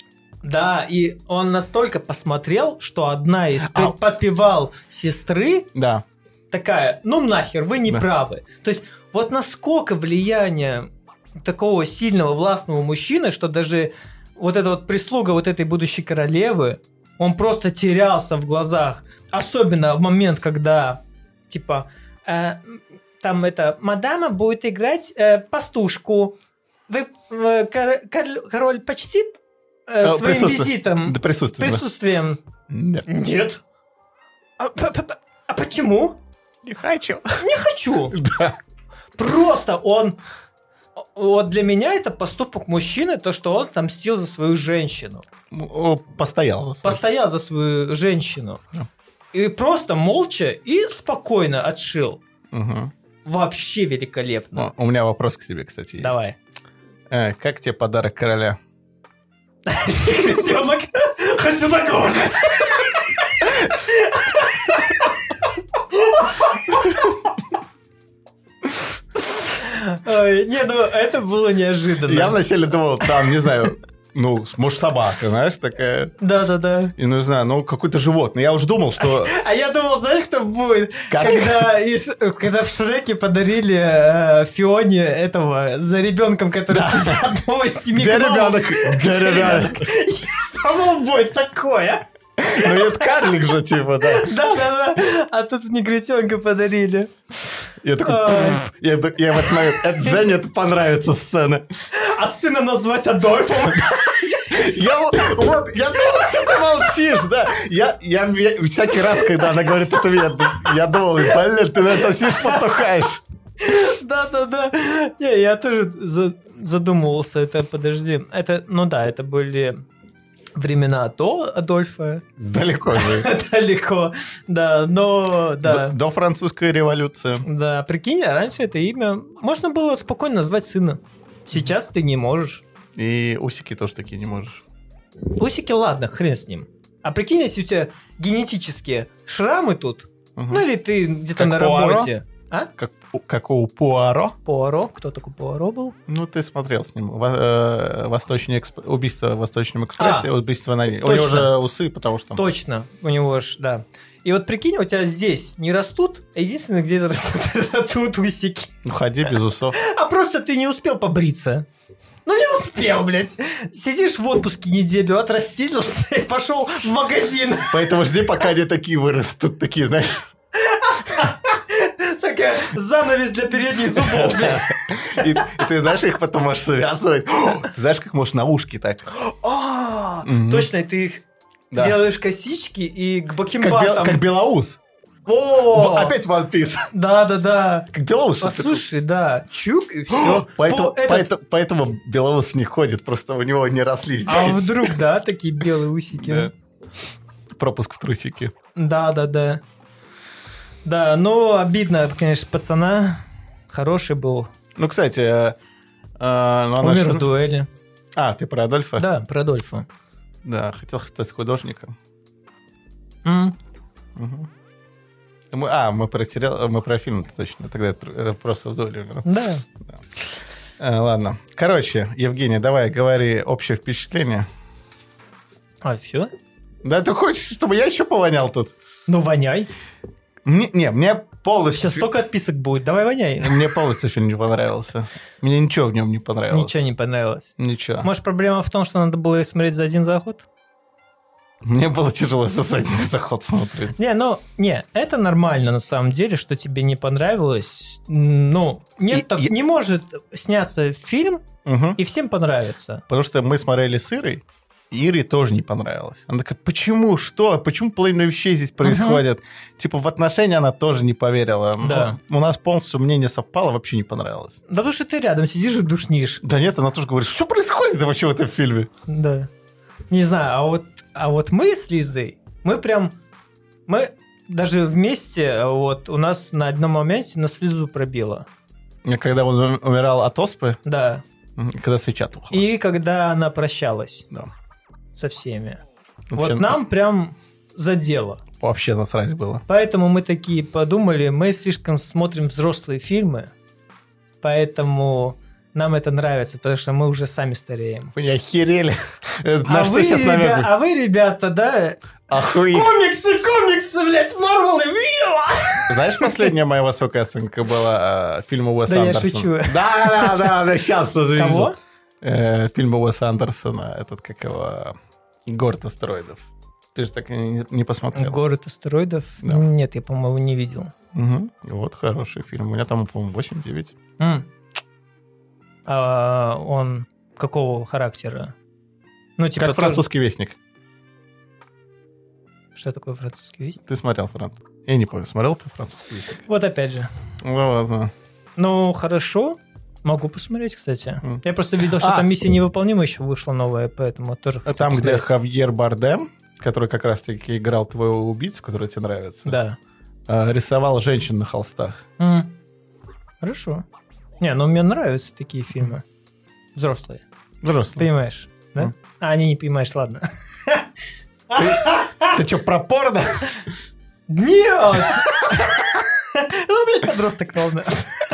B: Да, и он настолько посмотрел, что одна из
A: А-
B: подпевал сестры
A: Да.
B: такая, ну нахер, вы не
A: Да.
B: правы. То есть вот насколько влияние такого сильного властного мужчины, что даже вот эта вот прислуга вот этой будущей королевы, он просто терялся в глазах. Особенно в момент, когда типа э, там это мадама будет играть э, пастушку. Вы, э, кор- король, король почтит э,
A: Э,
B: своим
A: присутствие.
B: визитом,
A: Да, присутствие. да.
B: присутствием?
A: Нет.
B: Нет. А, п- п- п- а почему?
A: Не хочу.
B: Не хочу.
A: Да.
B: Просто он... Вот для меня это поступок мужчины, то, что он отомстил за свою женщину.
A: О, Постоял за свой.
B: Постоял за свою женщину.
A: Да.
B: И просто молча и спокойно отшил.
A: Мгм.
B: Вообще великолепно.
A: О, У меня вопрос к тебе, кстати, есть.
B: Давай.
A: Э, Как тебе подарок короля?
B: Съемок. Хочу такого же. Ой, не, ну это было неожиданно.
A: Я вначале думал, там, не знаю, ну, может, собака, знаешь, такая.
B: Да-да-да.
A: И, ну, не знаю, ну, какое-то животное. Я уже думал, что...
B: А я думал, знаешь, кто будет?
A: Как?
B: Когда, из- когда в Шреке подарили э, Фионе этого за ребенком, который сидит одного из семи
A: Где
B: гномов.
A: ребенок? Где ребенок?
B: А он будет такое.
A: Ну, это карлик же, типа, да.
B: Да-да-да. А тут негритенка подарили.
A: Я такой...
B: Ой.
A: «Пф». Я д- я в этот момент... Это Жене это понравится сцена.
B: А сына назвать Адольфом.
A: Я вот, вот, я думал, что ты молчишь, да. Я, я, я всякий раз, когда она говорит это, я, я думал, блин, ты на это сидишь, потухаешь.
B: Да-да-да. Не, я тоже за- задумывался. Это, подожди. Это, ну да, это были времена до Адольфа.
A: Далеко же.
B: Далеко. Да, но... Да.
A: До, до французской революции.
B: Да, прикинь, а раньше это имя можно было спокойно назвать сына. Сейчас ты не можешь.
A: И усики тоже такие не можешь.
B: Усики, ладно, хрен с ним. А прикинь, если у тебя генетические шрамы тут,
A: Мгм.
B: ну или ты где-то
A: Как
B: на
A: Пуаро?
B: работе. А?
A: Как, у- как у Пуаро.
B: Пуаро? Кто такой Пуаро был?
A: Ну, ты смотрел с ним. Во- э, Восточный эксп- Убийство в Восточном экспрессе,
B: А,
A: убийство на Ниле. У него
B: точно.
A: же усы, потому что...
B: Точно, у него ж, да. И вот прикинь, у тебя здесь не растут, а единственное, где растут усики.
A: Ну, ходи без усов.
B: А просто ты не успел побриться. Ну не успел, блядь. Сидишь в отпуске неделю, отрастился и пошел в магазин.
A: Поэтому жди, пока они такие вырастут. Такие, знаешь...
B: Такая занавес для передних зубов, блядь.
A: И, и ты знаешь, их потом можешь связывать. Ты знаешь, как можешь на ушки так.
B: А,
A: Мгм.
B: точно, и ты их
A: Да.
B: делаешь косички и к
A: Как, бел-
B: бакенбардам.
A: как белоус.
B: О,
A: Опять One Piece.
B: да-да-да.
A: Как белоус. что-то
B: Послушай, да, чук и
A: такое.
B: все.
A: Поэтому, поэтому, поэтому белоус не ходит, просто у него не росли здесь.
B: А вдруг, да, такие белые усики?
A: Да. Пропуск в трусики.
B: Да-да-да. Да, но обидно, конечно, пацана. Хороший был.
A: Ну, кстати, э, э, ну, она
B: Умер
A: же-
B: в дуэли.
A: А, ты про Адольфа?
B: Да, про Адольфа.
A: Да, хотел стать художником.
B: М.
A: Угу. Мы, а, мы про, сериал, мы про фильм точно. Тогда это, это просто вдоль.
B: Да.
A: да. А, ладно. Короче, Евгений, давай, говори общее впечатление.
B: А, все?
A: Да ты хочешь, чтобы я еще повонял тут?
B: Ну, воняй.
A: Мне, не, мне полностью...
B: Сейчас столько отписок будет. Давай воняй.
A: Мне полностью фильм не понравился. Мне ничего в нем не понравилось.
B: Ничего не понравилось.
A: Ничего.
B: Может, проблема в том, что надо было смотреть за один заход?
A: Мне было тяжело за один заход смотреть.
B: Не, ну, не, это нормально на самом деле, что тебе не понравилось. Ну, нет,
A: И-
B: так,
A: и-
B: не может сняться фильм,
A: Угу.
B: и всем понравится.
A: Потому что мы смотрели с Ирой, и Ире тоже не понравилось. Она такая, почему, что, почему половина вещей здесь происходит? Типа в отношения она тоже не поверила. Но
B: Да.
A: у нас полностью мнение совпало, вообще не понравилось.
B: Да потому что ты рядом сидишь и душнишь.
A: Да нет, она тоже говорит, что происходит вообще в этом фильме?
B: Да. Не знаю, а вот, а вот мы с Лизой, мы прям, мы даже вместе, вот у нас на одном моменте на слезу пробило.
A: Когда он умирал от оспы,
B: Да.
A: когда свеча тухла.
B: И когда она прощалась
A: Да.
B: со всеми.
A: Вообще,
B: вот нам прям задело.
A: Вообще насрать было.
B: Поэтому мы такие подумали, мы слишком смотрим взрослые фильмы, поэтому нам это нравится, потому что мы уже сами стареем.
A: Вы охерели. Это на
B: А
A: что
B: вы,
A: сейчас
B: ребя-
A: намек?
B: а вы, ребята, да?
A: Охуеть.
B: Комиксы, комиксы, блядь, Марвелы,
A: Знаешь, последняя моя высокая оценка была э, фильма Уэса
B: Да я
A: Андерсона?
B: шучу.
A: Да, да, да, да, сейчас завезу.
B: Кого?
A: Э, фильма Уэса Андерсона, этот, как его, «Город астероидов». Ты же так и не, не посмотрел.
B: Город астероидов?
A: Да.
B: Нет, я, по-моему, не видел.
A: Угу. Вот, хороший фильм. У меня там, по-моему, восемь-девять.
B: М. А он какого характера? Ну, типа,
A: Как
B: тоже-
A: «Французский вестник».
B: Что такое французский вестник?
A: Ты смотрел, Франц? Я не помню, смотрел ты «Французский вестник»?
B: Вот опять же.
A: Ну, ладно.
B: Ну, хорошо. Могу посмотреть, кстати.
A: М.
B: Я просто видел, что
A: А.
B: там «Миссия невыполнима» еще вышла новая, поэтому тоже хотел
A: Там, где
B: посмотреть.
A: Хавьер Бардем, который как раз-таки играл твоего убийцу, который тебе нравится,
B: Да.
A: э, рисовал женщин на холстах.
B: М. Хорошо. Не, ну мне нравятся такие фильмы. Взрослые.
A: Взрослый.
B: Понимаешь, да?
A: М.
B: А, они не понимаешь, ладно.
A: Ты что, про порно?
B: Нет! Ну, блядь, подросток, ладно.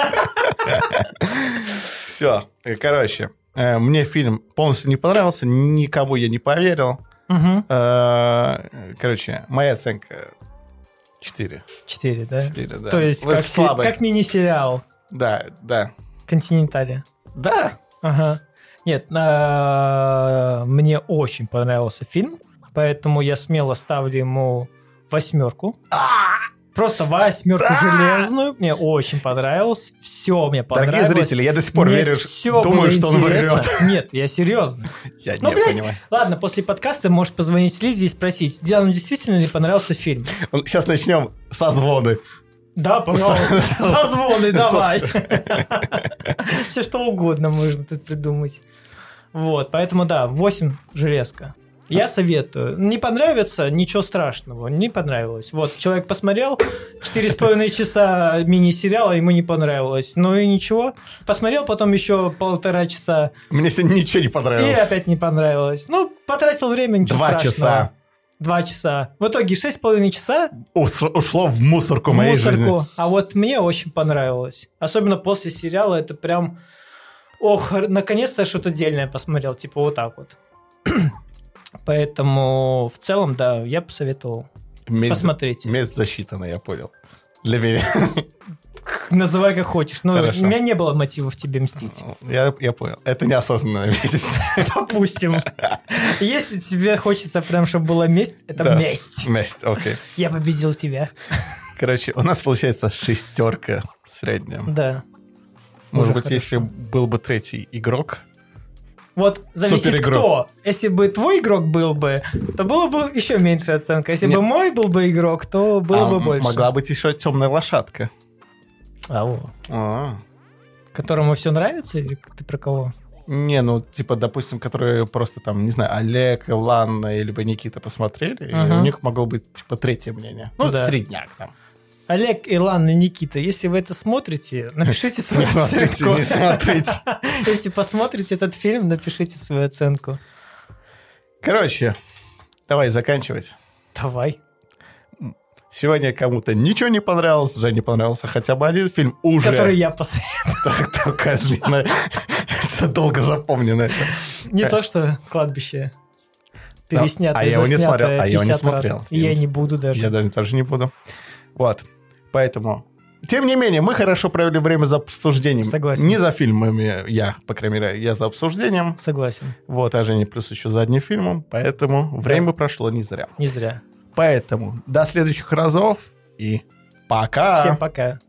A: Все. Короче, э, мне фильм полностью не понравился, никому я не поверил.
B: Угу.
A: Э, Короче, моя оценка четыре.
B: Четыре, да?
A: четыре, да.
B: То есть
A: Вот
B: как, се-
A: слабый.
B: как мини-сериал
A: Да, да.
B: «Континентале».
A: Да.
B: Ага. Нет, а, мне очень понравился фильм, поэтому я смело ставлю ему восьмерку. Просто восьмерку железную. Мне очень понравилось. Все мне понравилось.
A: Дорогие зрители, я до сих пор
B: Мне
A: верю,
B: всё
A: думаю,
B: было
A: что он
B: интересно.
A: врет.
B: Нет, я серьезно.
A: Я
B: Ну,
A: не
B: блядь,
A: понимаю.
B: ладно, после подкаста можешь позвонить Лизе и спросить, вам действительно ли понравился фильм?
A: Сейчас начнем созвоны.
B: Да, пожалуйста, созвоны давай. Все что угодно можно тут придумать. Вот, поэтому да, восемь железка. Я советую. Не понравится, ничего страшного. Не понравилось. Вот, человек посмотрел четыре с половиной часа мини-сериала, ему не понравилось. Ну и ничего. Посмотрел потом еще полтора часа,
A: Мне сегодня ничего не
B: и
A: понравилось.
B: опять не понравилось. Ну, потратил время, ничего
A: Два
B: страшного.
A: часа.
B: Два часа. В итоге шесть с половиной часа
A: Ус- Ушло в мусорку
B: в
A: моей
B: мусорку.
A: жизни.
B: А вот мне очень понравилось. Особенно после сериала это прям... Ох, наконец-то что-то дельное посмотрел. Типа вот так вот. Поэтому в целом, да, я посоветовал
A: Месть,
B: посмотреть.
A: месть засчитана, я понял. Для меня.
B: Называй как хочешь. Но
A: Хорошо.
B: у меня не было мотивов тебе мстить.
A: Я, я понял. Это неосознанная месть.
B: Допустим. Если тебе хочется прям, чтобы была месть, это
A: Да.
B: месть.
A: Месть, окей.
B: Я победил тебя.
A: Короче, у нас получается шестерка средняя.
B: Да.
A: Может
B: Уже
A: быть,
B: хорошо.
A: если был бы третий игрок,
B: Вот зависит
A: Суперигрок.
B: кто. Если бы твой игрок был бы, то было бы еще меньше оценка. Если
A: Не-
B: бы мой был бы игрок, то было
A: а,
B: бы
A: м-
B: больше.
A: могла быть еще темная лошадка.
B: А, о.
A: А.
B: Которому все нравится? Или ты про кого?
A: Не, ну, типа, допустим, которые просто там, не знаю, Олег, Ланна или бы Никита посмотрели, и
B: Ага.
A: у них могло быть, типа, третье мнение. Ну,
B: Да.
A: средняк там.
B: Олег, Илан и Никита, если вы это смотрите, напишите свою
A: Не смотрите,
B: оценку.
A: не смотрите.
B: Если посмотрите этот фильм, напишите свою оценку.
A: Короче, давай заканчивать.
B: Давай.
A: Сегодня кому-то ничего не понравилось, Жене понравился хотя бы один фильм уже.
B: Который я посоветовал.
A: Так, так, козлина. Это долго запомнено.
B: Не то, что «Кладбище». Переснято,
A: а я его не смотрел, а я его не смотрел.
B: И я не буду даже.
A: Я даже тоже не буду. Вот. Поэтому... Тем не менее, мы хорошо провели время за обсуждением.
B: Согласен.
A: Не за фильмами я, по крайней мере, я за обсуждением.
B: Согласен.
A: Вот, а Женя плюс еще за одним фильмом. Поэтому да. время прошло не зря.
B: Не зря.
A: Поэтому до следующих разов и пока.
B: Всем пока.